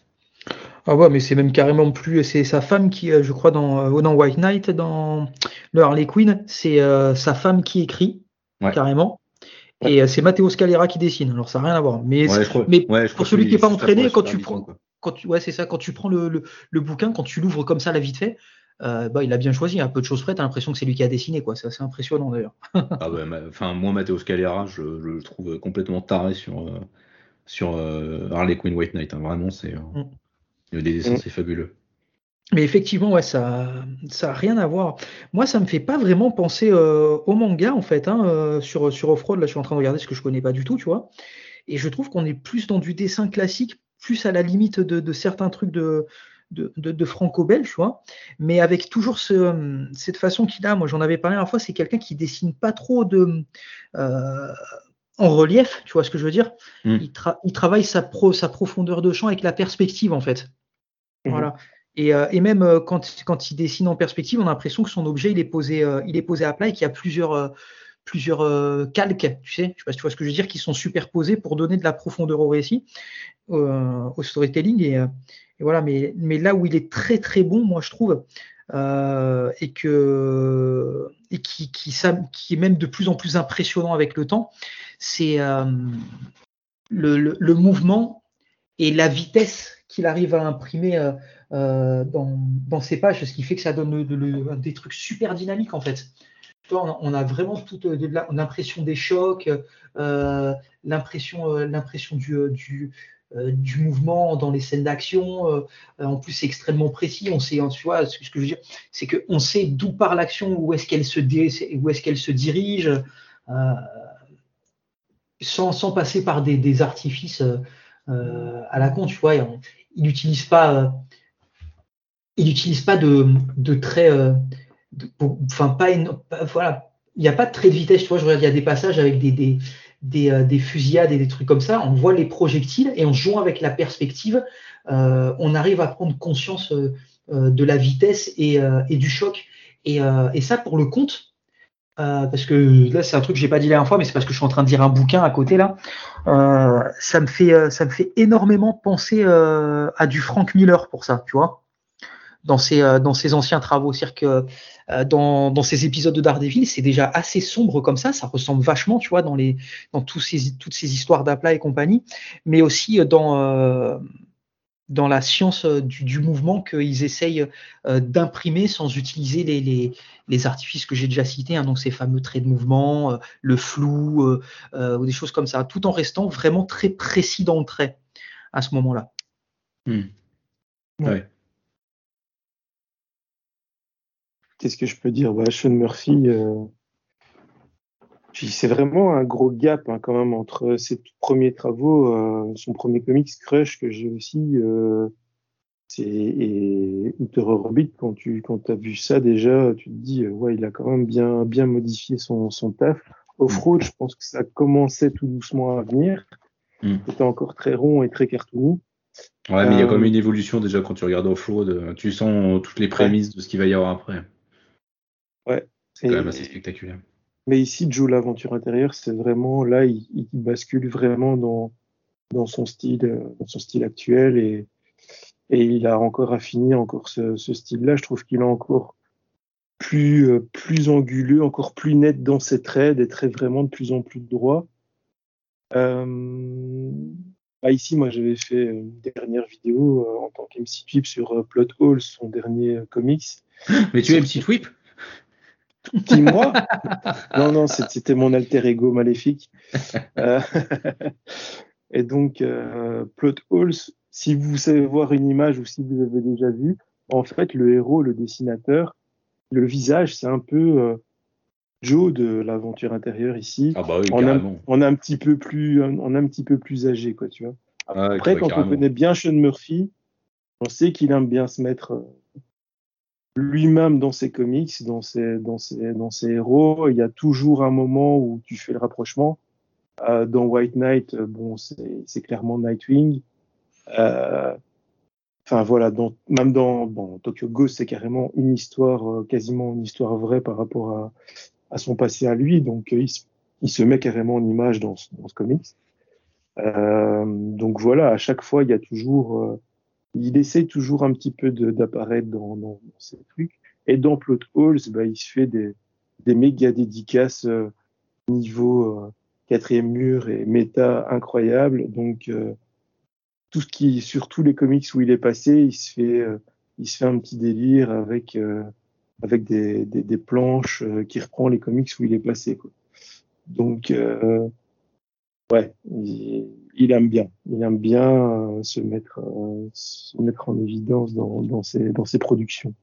Ah ouais, mais c'est même carrément plus. C'est sa femme qui, euh, je crois, dans, euh, dans White Knight, dans le Harley Quinn, c'est euh, sa femme qui écrit, Ouais, carrément. Ouais. Et euh, c'est Matteo Scalera qui dessine. Alors ça n'a rien à voir. Mais, ouais, je crois. mais Ouais, je pour crois celui qu'il qui est n'est pas juste là pour la entraîné, quand tu supervision, prends. quoi. Quand tu, ouais, c'est ça, quand tu prends le, le, le bouquin, quand tu l'ouvres comme ça, là, vite fait, euh, bah, il a bien choisi. À peu de choses près, tu as l'impression que c'est lui qui a dessiné, quoi. C'est assez impressionnant d'ailleurs. Ah bah, ma- enfin, moi, Matteo Scalera, je, je le trouve complètement taré sur, euh, sur euh, Harley Quinn White Knight, hein. Vraiment, c'est. euh, Mm. Le dessins, Mm. c'est fabuleux. Mais effectivement, ouais, ça, ça a rien à voir. Moi, ça me fait pas vraiment penser euh, au manga, en fait, hein, euh, sur, sur Offroad. Là, je suis en train de regarder ce que je connais pas du tout, tu vois. Et je trouve qu'on est plus dans du dessin classique, plus à la limite de, de certains trucs de, de, de, de franco-belge, tu vois. Mais avec toujours ce, cette façon qu'il a, moi j'en avais parlé la dernière fois, c'est quelqu'un qui dessine pas trop de, euh, en relief, tu vois ce que je veux dire. Mm. Il, tra- il travaille sa, pro, sa profondeur de champ avec la perspective, en fait. Mhm. Voilà. Et, euh, et même euh, quand, quand il dessine en perspective, on a l'impression que son objet, il est posé, euh, il est posé à plat et qu'il y a plusieurs, euh, plusieurs euh, calques, tu sais, je sais pas si tu vois ce que je veux dire, qui sont superposés pour donner de la profondeur au récit, euh, au storytelling. Et, euh, et voilà, mais, mais là où il est très très bon, moi je trouve, euh, et que et qui, qui, ça, qui est même de plus en plus impressionnant avec le temps, c'est euh, le, le, le mouvement et la vitesse qu'il arrive à imprimer euh, euh, dans, dans ses pages, ce qui fait que ça donne le, le, des trucs super dynamiques en fait. Tu vois, on, a, on a vraiment toute de la, l'impression des chocs, euh, l'impression, euh, l'impression du, du, euh, du mouvement dans les scènes d'action. Euh, en plus, c'est extrêmement précis. On sait, tu vois, ce que je veux dire, c'est qu'on sait d'où part l'action, où est-ce qu'elle se, dé, où est-ce qu'elle se dirige, euh, sans, sans passer par des, des artifices euh, à la con, tu vois. On, il n'utilise pas, euh, il n'utilise pas de, de traits, euh, de, enfin pas, pas, voilà, il n'y a pas de trait de vitesse, tu vois. Je regarde, il y a des passages avec des, des, des, euh, des fusillades et des trucs comme ça. On voit les projectiles et en jouant avec la perspective, euh, on arrive à prendre conscience euh, de la vitesse et, euh, et du choc. Et, euh, et ça, pour le compte, euh, parce que là, c'est un truc que j'ai pas dit la dernière fois, mais c'est parce que je suis en train de lire un bouquin à côté là. Euh, ça me fait, euh, ça me fait énormément penser euh, à du Frank Miller pour ça, tu vois, dans ses, euh, dans ses anciens travaux. C'est-à-dire que euh, dans, dans ces épisodes de Daredevil, c'est déjà assez sombre comme ça. Ça ressemble vachement, tu vois, dans les, dans tous ces, toutes ces histoires d'aplat et compagnie, mais aussi dans euh, dans la science du, du mouvement qu'ils essayent euh, d'imprimer sans utiliser les, les, les artifices que j'ai déjà cités, hein, donc ces fameux traits de mouvement, euh, le flou, euh, euh, ou des choses comme ça, tout en restant vraiment très précis dans le trait à ce moment-là. Mm. Ouais. Ouais. Qu'est-ce que je peux dire? Bah, Sean Murphy, euh, c'est vraiment un gros gap hein, quand même entre ses tout premiers travaux, euh, son premier comics Crush que j'ai aussi, euh, c'est, et Outer Orbit. Quand tu quand as vu ça déjà, tu te dis euh, ouais, il a quand même bien bien modifié son son taf. Mm. Offroad, je pense que ça commençait tout doucement à venir. Mm. C'était encore très rond et très cartoony. Ouais, mais il y a quand même Euh, une évolution déjà quand tu regardes Offroad. euh, Tu sens toutes les ouais, prémices de ce qu'il va y avoir après. ouais. C'est quand même assez Et spectaculaire. mais ici, Joe l'aventure intérieure, c'est vraiment là, il, il bascule vraiment dans dans son style, euh, dans son style actuel et et il a encore affiné encore ce, ce style-là. Je trouve qu'il est encore plus euh, plus anguleux, encore plus net dans ses traits, des traits vraiment de plus en plus droits. Euh, bah ici, moi, j'avais fait une dernière vidéo euh, en tant qu'M C Tweep sur euh, Plot Hole, son dernier euh, comics. Mais tu es M C Tweep? Qui, moi? Non, non, c'était mon alter ego maléfique. Euh, et donc, euh, Plot Holes, si vous savez voir une image ou si vous avez déjà vu, en fait, le héros, le dessinateur, le visage, c'est un peu euh, Joe de l'aventure intérieure ici. Ah bah oui, on, a, carrément. on a un petit peu plus, on a un petit peu plus âgé, quoi, tu vois. Après, ah, ouais, quand carrément. on connaît bien Sean Murphy, on sait qu'il aime bien se mettre euh, lui-même dans ses comics, dans ses, dans ses, dans ses héros. Il y a toujours un moment où tu fais le rapprochement. Euh, dans White Knight, euh, bon, c'est clairement Nightwing. Euh, Enfin voilà, dans, même dans bon, Tokyo Ghost, c'est carrément une histoire, euh, quasiment une histoire vraie par rapport à, à son passé à lui. Donc euh, il, se- il se met carrément en image dans ce, dans ce comics. Euh, donc voilà, à chaque fois, il y a toujours, euh, il essaie toujours un petit peu de- d'apparaître dans, dans, dans ces trucs. Et dans Plot Holes, bah, il se fait des, des méga dédicaces euh, niveau euh, quatrième mur et méta incroyable. Donc euh, tout ce qui, sur tous les comics où il est passé, il se fait, euh, il se fait un petit délire avec, euh, avec des, des, des planches euh, qui reprend les comics où il est passé, quoi. Donc, euh, ouais, il, il aime bien, il aime bien euh, se mettre, euh, se mettre en évidence dans, dans ses, dans ses productions.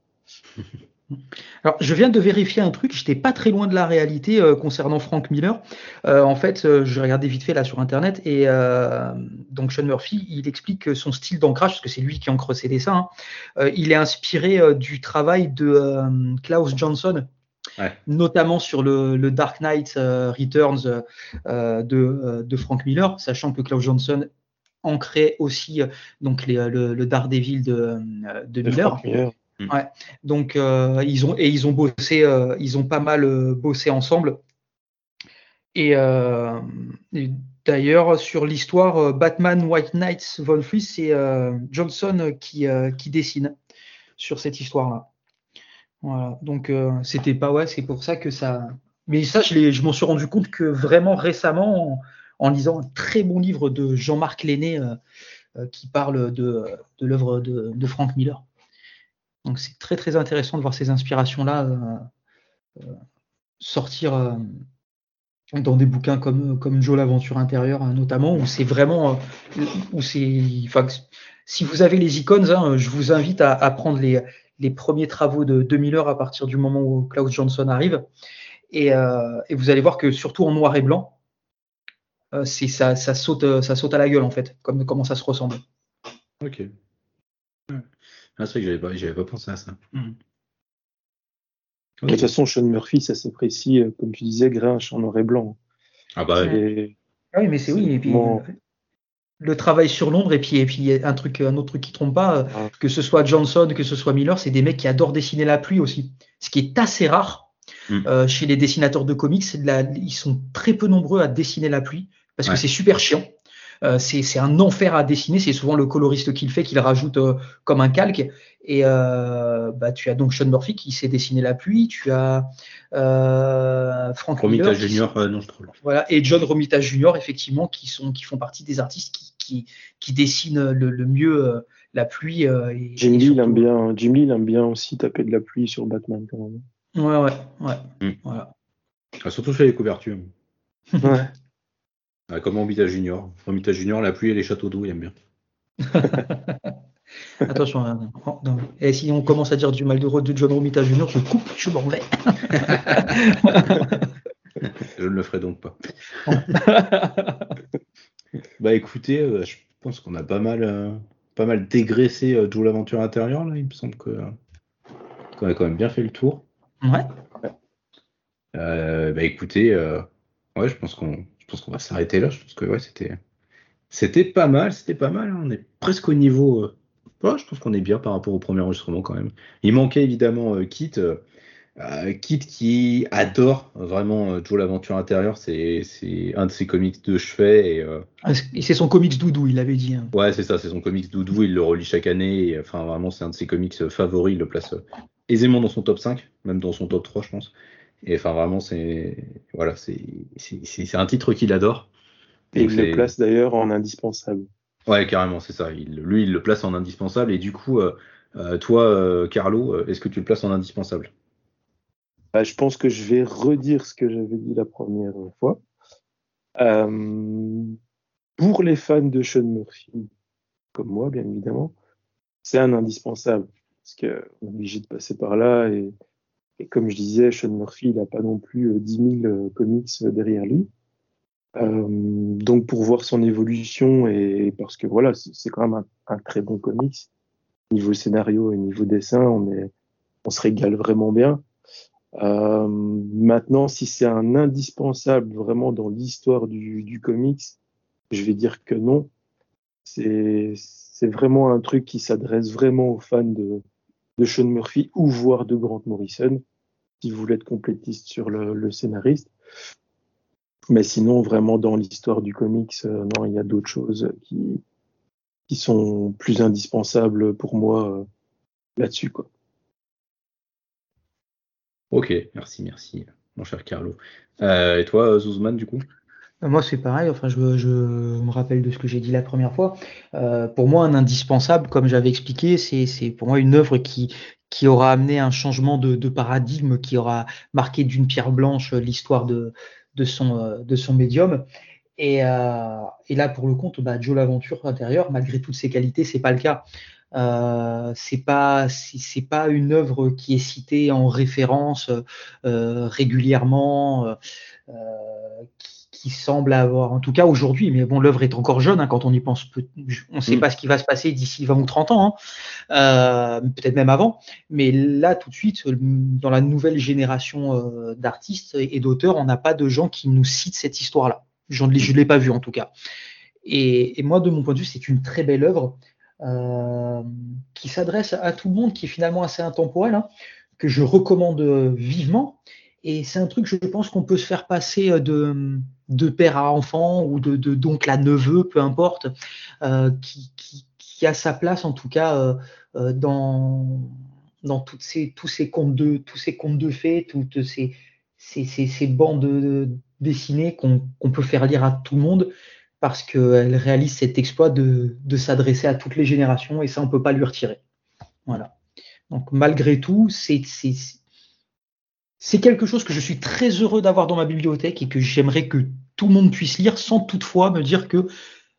Alors, je viens de vérifier un truc, j'étais pas très loin de la réalité euh, concernant Frank Miller. Euh, en fait, euh, je regardais vite fait là sur Internet et euh, donc Sean Murphy, il explique que son style d'ancrage, parce que c'est lui qui encre ses dessins, hein, euh, il est inspiré euh, du travail de euh, Klaus Johnson, Ouais. notamment sur le, le Dark Knight euh, Returns euh, de, euh, de Frank Miller, sachant que Klaus Johnson ancrait aussi euh, donc les, le, le Daredevil de, euh, de, De Miller. Frank Miller. Ouais. Donc euh, ils ont et ils ont bossé, euh, ils ont pas mal euh, bossé ensemble. Et, euh, et d'ailleurs sur l'histoire euh, Batman White Knights Von Fleece, c'est euh, Johnson qui euh, qui dessine sur cette histoire-là. Voilà. Donc euh, c'était pas ouais, c'est pour ça que ça. Mais ça, je, l'ai- je m'en suis rendu compte que vraiment récemment en, en lisant un très bon livre de Jean-Marc Lenné euh, euh, qui parle de, de l'œuvre de, de Frank Miller. Donc c'est très très intéressant de voir ces inspirations-là euh, euh, sortir euh, dans des bouquins comme, comme Joe l'aventure intérieure hein, notamment, où c'est vraiment, euh, où c'est, enfin, si vous avez les icônes, hein, je vous invite à, à prendre les, les premiers travaux de, de Miller à partir du moment où Klaus Johnson arrive, et, euh, et vous allez voir que surtout en noir et blanc, euh, c'est ça, ça saute, ça saute à la gueule en fait, comme comment ça se ressemble. Ok. Ah, c'est vrai que j'avais pas, j'avais pas pensé à ça. Mmh. De toute façon, Sean Murphy, ça s'apprécie, euh, comme tu disais, Grinch en noir et blanc. Ah bah ouais. Et Ah oui, mais c'est oui, et puis vraiment... le, le travail sur l'ombre, et puis, et puis un truc, un autre truc qui trompe pas, Ah. que ce soit Johnson, que ce soit Miller, c'est des mecs qui adorent dessiner la pluie aussi. Ce qui est assez rare Mm. euh, chez les dessinateurs de comics, c'est de la, ils sont très peu nombreux à dessiner la pluie parce Ouais. que c'est super chiant. Euh, c'est, c'est un enfer à dessiner. C'est souvent le coloriste qui le fait, qui le rajoute euh, comme un calque. Et euh, bah, tu as donc Sean Murphy qui sait dessiner la pluie. Tu as euh, Frank Romita Miller, qui- Junior, euh, non, je trouve. voilà, et John Romita Junior effectivement, qui sont, qui font partie des artistes qui, qui, qui dessinent le, le mieux euh, la pluie. euh, et, Jim et Lee, il surtout- aime bien, Jim Lee, il aime bien aussi taper de la pluie sur Batman, quand même. Ouais, ouais, ouais. Mm. Voilà. Ah, surtout sur les couvertures. Ouais. Ah, comme Romita Junior. Romita Junior, la pluie et les châteaux d'eau, il aime bien. Attention, hein, non. Et si on commence à dire du mal de, de John Romita Junior, je coupe, je m'en vais. Je ne le ferai donc pas. Bah écoutez, euh, je pense qu'on a pas mal, euh, pas mal dégraissé euh, Joe l'aventure intérieure là. Il me semble que euh, qu'on a quand même bien fait le tour. Ouais. Euh, bah écoutez, euh, ouais, je pense qu'on, je pense qu'on va s'arrêter là. Je pense que ouais, c'était, c'était pas mal, c'était pas mal. Hein. On est presque au niveau. Euh, ouais, je pense qu'on est bien par rapport au premier enregistrement quand même. Il manquait évidemment euh, Kit. Euh, Euh, Kit qui adore vraiment euh, Joe l'aventure intérieure, c'est c'est un de ses comics de chevet et euh, Et c'est son comics doudou, il l'avait dit. Hein. ouais c'est ça, c'est son comics doudou, il le relit chaque année et enfin vraiment c'est un de ses comics favoris, il le place euh, aisément dans son top cinq, même dans son top trois je pense. Et enfin vraiment c'est voilà, c'est c'est c'est un titre qu'il adore. Et il le place d'ailleurs en indispensable. Ouais, carrément, c'est ça. Il, lui, il le place en indispensable. Et du coup, euh, euh, toi, euh, Carlo, est-ce que tu le places en indispensable? Bah, je pense que je vais redire ce que j'avais dit la première fois. Euh, pour les fans de Sean Murphy, comme moi, bien évidemment, c'est un indispensable. Parce qu'on est obligé de passer par là. Et, et comme je disais, Sean Murphy, il n'a pas non plus dix mille comics derrière lui. Euh, donc pour voir son évolution, et parce que voilà, c'est, c'est quand même un, un très bon comics. Niveau scénario et niveau dessin, on, est, on se régale vraiment bien. Euh, maintenant, si c'est un indispensable vraiment dans l'histoire du, du comics, je vais dire que non. C'est, c'est vraiment un truc qui s'adresse vraiment aux fans de, de Sean Murphy ou voire de Grant Morrison, qui voulait être complétiste sur le, le scénariste. Mais sinon, vraiment dans l'histoire du comics, euh, non, il y a d'autres choses qui, qui sont plus indispensables pour moi euh, là-dessus, quoi. Ok, merci, merci, mon cher Carlo. Euh, et toi, Zuzman, du coup? Moi, c'est pareil. Enfin, je, je me rappelle de ce que j'ai dit la première fois. Euh, pour moi, un indispensable, comme j'avais expliqué, c'est, c'est pour moi une œuvre qui, qui aura amené un changement de, de paradigme, qui aura marqué d'une pierre blanche l'histoire de, de, son, de son médium. Et, euh, et là, pour le compte, bah, Joe l'Aventure intérieure, malgré toutes ses qualités, c'est pas le cas. Euh, c'est pas c'est, c'est pas une œuvre qui est citée en référence euh, régulièrement, euh, qui, qui semble avoir, en tout cas aujourd'hui, mais bon, l'œuvre est encore jeune hein, quand on y pense. Peu, on ne sait mmh. pas ce qui va se passer d'ici vingt ou trente ans, hein, euh, peut-être même avant. Mais là, tout de suite, dans la nouvelle génération euh, d'artistes et d'auteurs, on n'a pas de gens qui nous citent cette histoire-là. Je ne l'ai pas vue en tout cas. Et, et moi, de mon point de vue, c'est une très belle œuvre euh, qui s'adresse à tout le monde, qui est finalement assez intemporelle, hein, que je recommande vivement. Et c'est un truc, je pense, qu'on peut se faire passer de, de père à enfant ou de, de d'oncle à neveu, peu importe, euh, qui, qui, qui a sa place en tout cas euh, dans, dans toutes ces, tous ces contes de, tous ces contes de fées, toutes ces, ces, ces, ces bandes dessinées qu'on, qu'on peut faire lire à tout le monde, parce qu'elle réalise cet exploit de, de s'adresser à toutes les générations, et ça, on ne peut pas lui retirer. Voilà. Donc, malgré tout, c'est, c'est, c'est quelque chose que je suis très heureux d'avoir dans ma bibliothèque et que j'aimerais que tout le monde puisse lire sans toutefois me dire que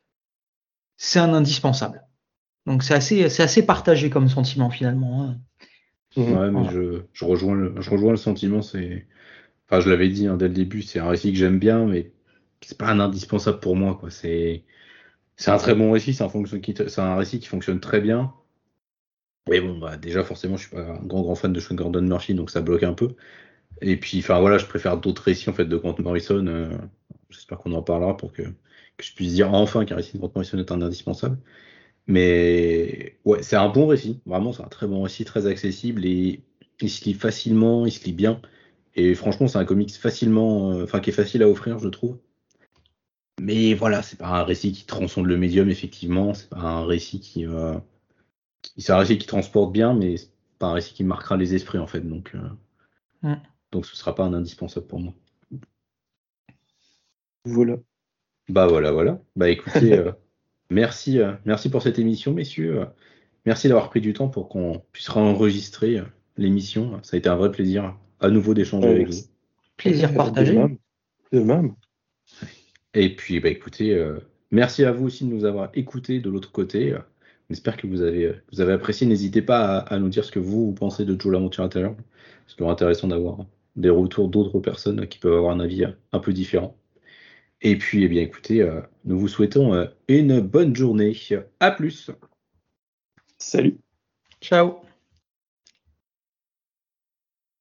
c'est un indispensable. Donc, c'est assez, c'est assez partagé comme sentiment, finalement. Hein. Ouais, mais voilà. je, je, rejoins le, je rejoins le sentiment. C'est... Enfin, je l'avais dit hein, dès le début, c'est un récit que j'aime bien, mais c'est pas un indispensable pour moi, quoi. C'est, c'est un très bon récit, c'est un, fonction qui, c'est un récit qui fonctionne très bien. Mais bon, bah, déjà, forcément, je suis pas un grand, grand fan de Sean Gordon Murphy, donc ça bloque un peu. Et puis, enfin, voilà, je préfère d'autres récits, en fait, de Grant Morrison. Euh, j'espère qu'on en parlera pour que, que je puisse dire enfin qu'un récit de Grant Morrison est un indispensable. Mais ouais, c'est un bon récit. Vraiment, c'est un très bon récit, très accessible et il se lit facilement, il se lit bien. Et franchement, c'est un comics facilement, enfin, euh, qui est facile à offrir, je trouve. Mais voilà, c'est pas un récit qui transcende le médium, effectivement. C'est pas un récit qui, euh, qui c'est un récit qui transporte bien, mais c'est pas un récit qui marquera les esprits, en fait. Donc, euh, mm. donc ce sera pas un indispensable pour moi. Voilà. Bah voilà, voilà. Bah écoutez, euh, merci, euh, merci pour cette émission, messieurs. Merci d'avoir pris du temps pour qu'on puisse réenregistrer l'émission. Ça a été un vrai plaisir à nouveau d'échanger ouais, avec merci. vous. Plaisir partagé. De même. De même. Et puis, bah écoutez, euh, merci à vous aussi de nous avoir écoutés de l'autre côté. J'espère que vous avez, vous avez apprécié. N'hésitez pas à, à nous dire ce que vous, vous pensez de Joe l'Aventure intérieure. C'est toujours intéressant d'avoir des retours d'autres personnes qui peuvent avoir un avis un peu différent. Et puis, eh bien, écoutez, euh, nous vous souhaitons euh, une bonne journée. À plus. Salut. Ciao.